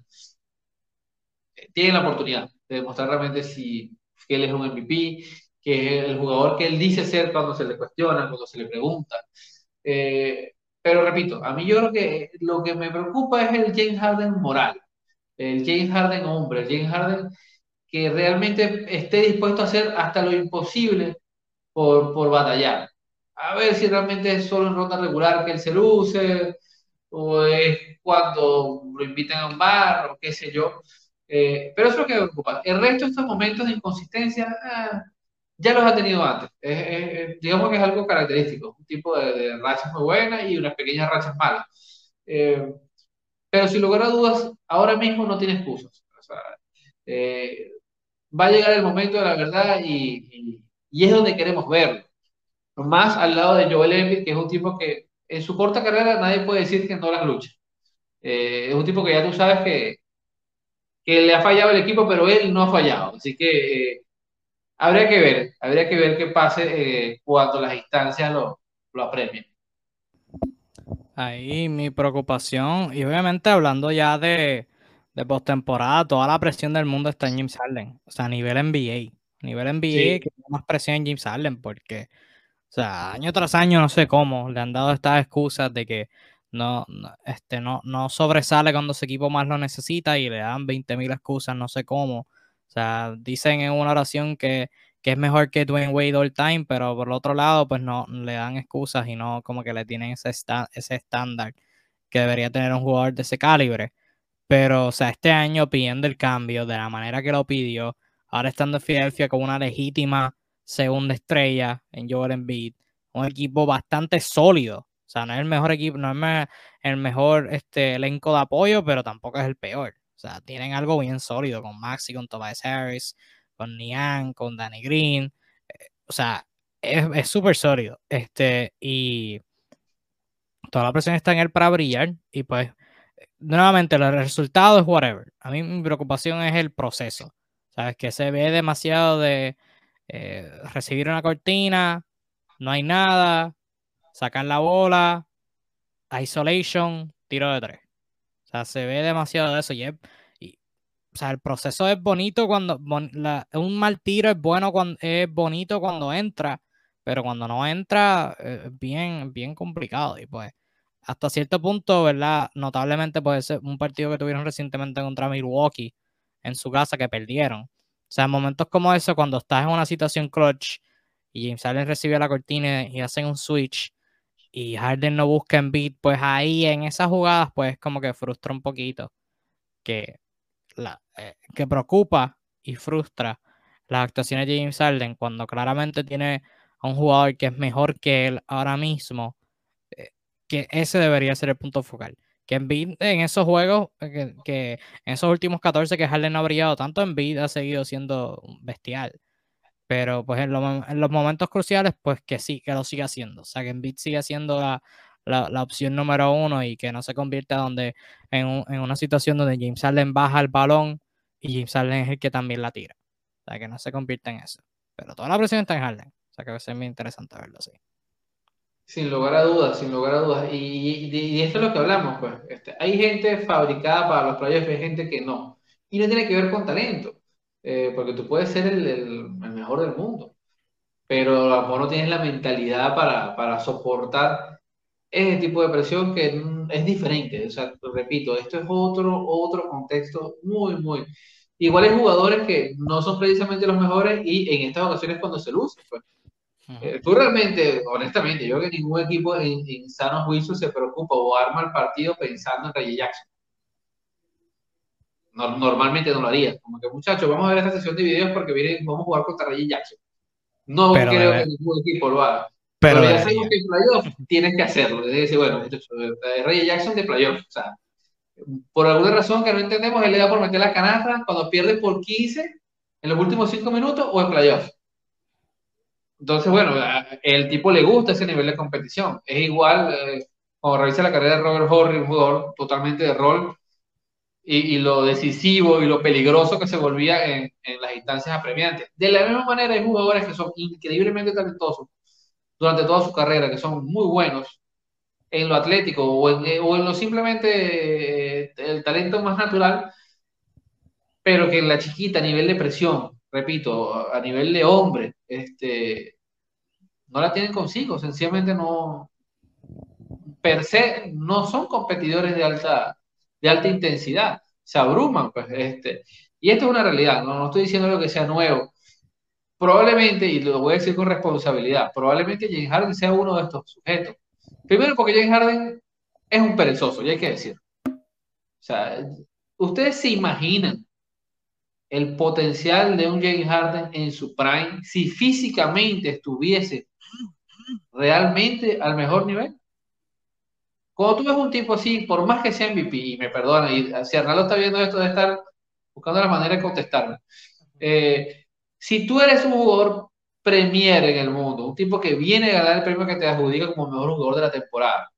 Tiene la oportunidad de demostrar realmente si que él es un M V P, que es el jugador que él dice ser cuando se le cuestiona, cuando se le pregunta. Eh, pero repito, a mí yo creo que lo que me preocupa es el James Harden moral, el James Harden hombre, el James Harden que realmente esté dispuesto a hacer hasta lo imposible por, por batallar. A ver si realmente es solo en ronda regular que él se luce, o es cuando lo invitan a un bar, o qué sé yo. Eh, pero eso es lo que me preocupa. El resto de estos momentos de inconsistencia, ah, ya los ha tenido antes. Es- es- es- digamos que es algo característico, un tipo de, de rachas muy buenas y unas pequeñas rachas malas. Eh, pero sin lugar a dudas, ahora mismo no tiene excusas. O sea, eh, va a llegar el momento de la verdad y, y- y es donde queremos verlo. Más al lado de Joel Embiid, que es un tipo que en su corta carrera nadie puede decir que no las lucha. Eh, es un tipo que ya tú sabes que, que le ha fallado el equipo, pero él no ha fallado. Así que eh, habría que ver, habría que ver qué pase eh, cuando las instancias lo, lo apremien. Ahí mi preocupación, y obviamente hablando ya de, de postemporada, toda la presión del mundo está en James Harden, o sea, a nivel N B A. A nivel N B A, Sí, que tiene más presión en James Harden, porque, o sea, año tras año, no sé cómo, le han dado estas excusas de que no, no, este, no, no sobresale cuando su equipo más lo necesita y le dan veinte mil excusas, no sé cómo. O sea, dicen en una oración que, que es mejor que Dwayne Wade all time, pero por el otro lado, pues no le dan excusas y no como que le tienen ese, esta- ese estándar que debería tener un jugador de ese calibre. Pero, o sea, este año pidiendo el cambio de la manera que lo pidió, ahora estando en Filadelfia con una legítima segunda estrella en Joel Embiid, un equipo bastante sólido. O sea, no es el mejor equipo, no es me- el mejor este, elenco de apoyo, pero tampoco es el peor. O sea, tienen algo bien sólido con Maxi, con Tobias Harris, con Niang, con Danny Green. O sea, es es súper sólido. Este, y toda la presión está en él para brillar. Y pues nuevamente, el resultado es whatever. A mí mi preocupación es el proceso. ¿Sabes? Que se ve demasiado de eh, recibir una cortina, no hay nada, sacar la bola, isolation, tiro de tres. O sea, se ve demasiado de eso. Y, es- y, o sea, el proceso es bonito cuando... bon- la- un mal tiro es bueno cuando es bonito cuando entra, pero cuando no entra eh, es bien, bien complicado. Y pues hasta cierto punto, ¿verdad? Notablemente puede ser un partido que tuvieron recientemente contra Milwaukee en su casa que perdieron. O sea, en momentos como eso, cuando estás en una situación clutch y James Harden recibe la cortina y hacen un switch y Harden no busca en beat, pues ahí en esas jugadas, pues como que frustra un poquito, que, la, eh, que preocupa y frustra las actuaciones de James Harden cuando claramente tiene a un jugador que es mejor que él ahora mismo, eh, que ese debería ser el punto focal. Que Embiid en esos juegos, eh, que, que en esos últimos catorce que Harden no ha brillado tanto, Embiid ha seguido siendo bestial. Pero pues en, lo- en los momentos cruciales, pues que sí, que lo siga haciendo. O sea, que Embiid siga siendo la, la, la opción número uno y que no se convierta donde, en, un- en una situación donde James Harden baja el balón y James Harden es el que también la tira. O sea, que no se convierta en eso. Pero toda la presión está en Harden. O sea, que va a ser muy interesante verlo así. sin lugar a dudas, sin lugar a dudas. Y, y, y esto es lo que hablamos, pues. Este, hay gente fabricada para los playoffs, hay gente que no. Y no tiene que ver con talento, eh, porque tú puedes ser el, el, el mejor del mundo, pero a lo mejor no tienes la mentalidad para, para soportar ese tipo de presión que mm, es diferente. O sea, repito, esto es otro, otro contexto muy, muy... Igual hay jugadores que no son precisamente los mejores y en estas ocasiones cuando se lucen, pues. Ujú. Eh, tú realmente, honestamente, yo creo que ningún equipo en, en sano juicio se preocupa o arma el partido pensando en Reggie Jackson. No- normalmente no lo haría. Como que, muchachos, vamos a ver esta sesión de videos porque viene, vamos a jugar contra Reggie Jackson. No Pero, creo que debe, ningún equipo lo haga. pero Pero ya sabemos debería. que en playoff tienes que hacerlo. Es decir, bueno, muchachos, eh, Reggie Jackson de playoff. O sea, por alguna razón que no entendemos, él le da por meter la canasta cuando pierde por quince en los últimos cinco minutos o en playoff. Entonces, bueno, a- el tipo le gusta ese nivel de competición. Es igual, eh, cuando revisa la carrera de Robert Horry, un jugador totalmente de rol, y, y lo decisivo y lo peligroso que se volvía en, en las instancias apremiantes. De la misma manera, hay jugadores que son increíblemente talentosos durante toda su carrera, que son muy buenos en lo atlético o en, eh, o en lo simplemente eh, el talento más natural, pero que en la chiquita, a nivel de presión, repito, a nivel de hombre, este, no la tienen consigo, sencillamente no, per se, no son competidores de alta, de alta intensidad, se abruman, pues, este, y esto es una realidad, no, no estoy diciendo lo que sea nuevo, probablemente, y lo voy a decir con responsabilidad, probablemente James Harden sea uno de estos sujetos. Primero porque James Harden es un perezoso, y hay que decir. O sea, ustedes se imaginan el potencial de un James Harden en su prime si físicamente estuviese realmente al mejor nivel. Cuando tú ves un tipo así, por más que sea M V P, y me perdona, y si Arnaldo está viendo esto de estar buscando la manera de contestarme, eh, si tú eres un jugador premier en el mundo, un tipo que viene a ganar el premio que te adjudica como mejor jugador de la temporada,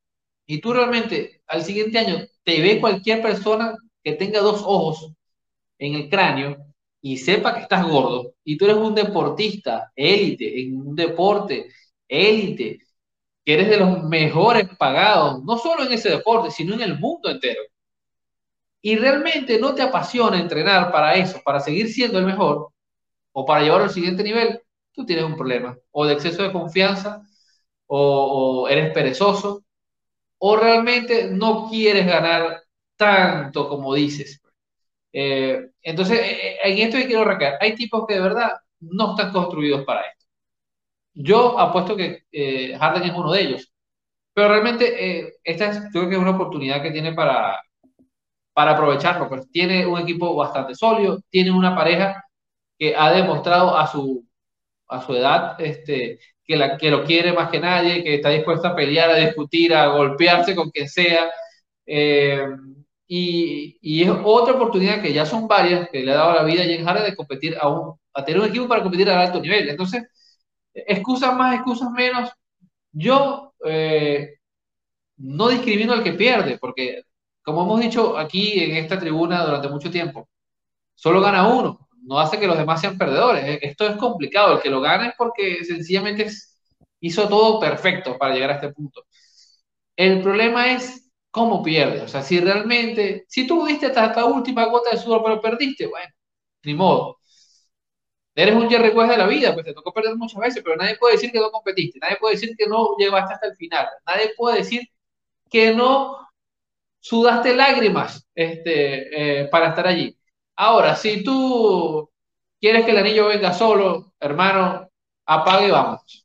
y tú realmente al siguiente año te ve cualquier persona que tenga dos ojos en el cráneo y sepa que estás gordo, y tú eres un deportista élite, en un deporte élite, que eres de los mejores pagados, no solo en ese deporte, sino en el mundo entero. Y realmente no te apasiona entrenar para eso, para seguir siendo el mejor, o para llevarlo al siguiente nivel, tú tienes un problema, o de exceso de confianza, o, o eres perezoso, o realmente no quieres ganar tanto como dices. Eh, entonces, eh, eh, en esto yo quiero recaer. Hay tipos que de verdad no están construidos para esto. Yo apuesto que eh, Harden es uno de ellos. Pero realmente eh, esta es, yo creo que es una oportunidad que tiene para, para aprovecharlo. Pues tiene un equipo bastante sólido, tiene una pareja que ha demostrado a su, a su edad este, que, la, que lo quiere más que nadie, que está dispuesta a pelear, a discutir, a golpearse con quien sea. Eh, y, y, es otra oportunidad que ya son varias que le ha dado la vida a James Harden de competir a, un, a tener un equipo para competir a alto nivel. Entonces, excusas más, excusas menos. Yo eh, no discrimino al que pierde, porque como hemos dicho aquí en esta tribuna durante mucho tiempo, solo gana uno, no hace que los demás sean perdedores. Eh, Esto es complicado, el que lo gana es porque sencillamente es- hizo todo perfecto para llegar a este punto. El problema es cómo pierde, o sea, si realmente, si tú diste hasta la última gota de sudor pero perdiste, bueno, ni modo. Eres un Jerry West de la vida, pues te tocó perder muchas veces, pero nadie puede decir que no competiste, nadie puede decir que no llegaste hasta el final, nadie puede decir que no sudaste lágrimas este, eh, para estar allí. Ahora, si tú quieres que el anillo venga solo, hermano, apague y vamos.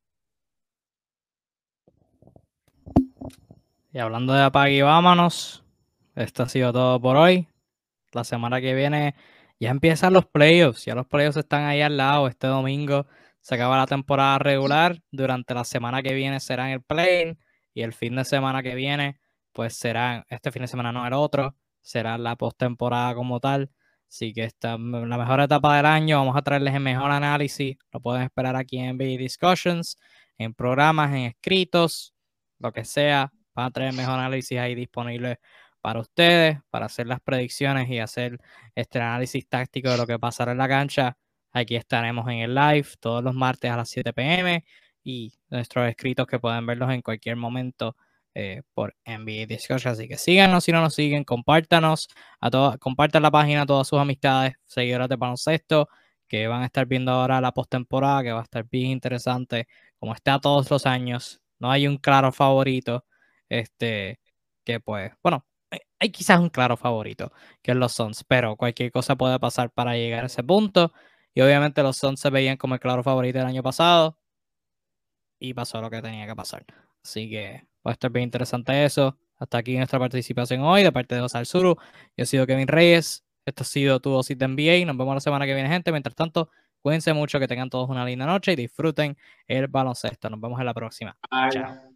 Y hablando de apague y vámonos, esto ha sido todo por hoy. La semana que viene ya empiezan los playoffs, ya los playoffs están ahí al lado. Este domingo se acaba la temporada regular, durante la semana que viene será en el play y el fin de semana que viene, pues será, este fin de semana no el otro, será la postemporada como tal. Así que esta es la mejor etapa del año, vamos a traerles el mejor análisis, lo pueden esperar aquí en N B A Discussions, en programas, en escritos, lo que sea, van a traer el mejor análisis ahí disponible para ustedes, para hacer las predicciones y hacer este análisis táctico de lo que pasará en la cancha. Aquí estaremos en el live todos los martes a las siete p m y nuestros escritos que pueden verlos en cualquier momento eh, por N B A Discussion. Así que síganos si no nos siguen, compártanos, a todas, compartan la página a todas sus amistades, seguidores de baloncesto, que van a estar viendo ahora la postemporada, que va a estar bien interesante, como está todos los años. No hay un claro favorito. Este, que pues, bueno, hay quizás un claro favorito, que es los Suns, pero cualquier cosa puede pasar para llegar a ese punto. Y obviamente los Suns se veían como el claro favorito del año pasado y pasó lo que tenía que pasar. Así que va a estar bien interesante eso. Hasta aquí nuestra participación hoy de parte de José Alzuru. Yo he sido Kevin Reyes. Esto ha sido tu dosis de N B A. Nos vemos la semana que viene, gente. Mientras tanto, cuídense mucho, que tengan todos una linda noche y disfruten el baloncesto. Nos vemos en la próxima. Chao.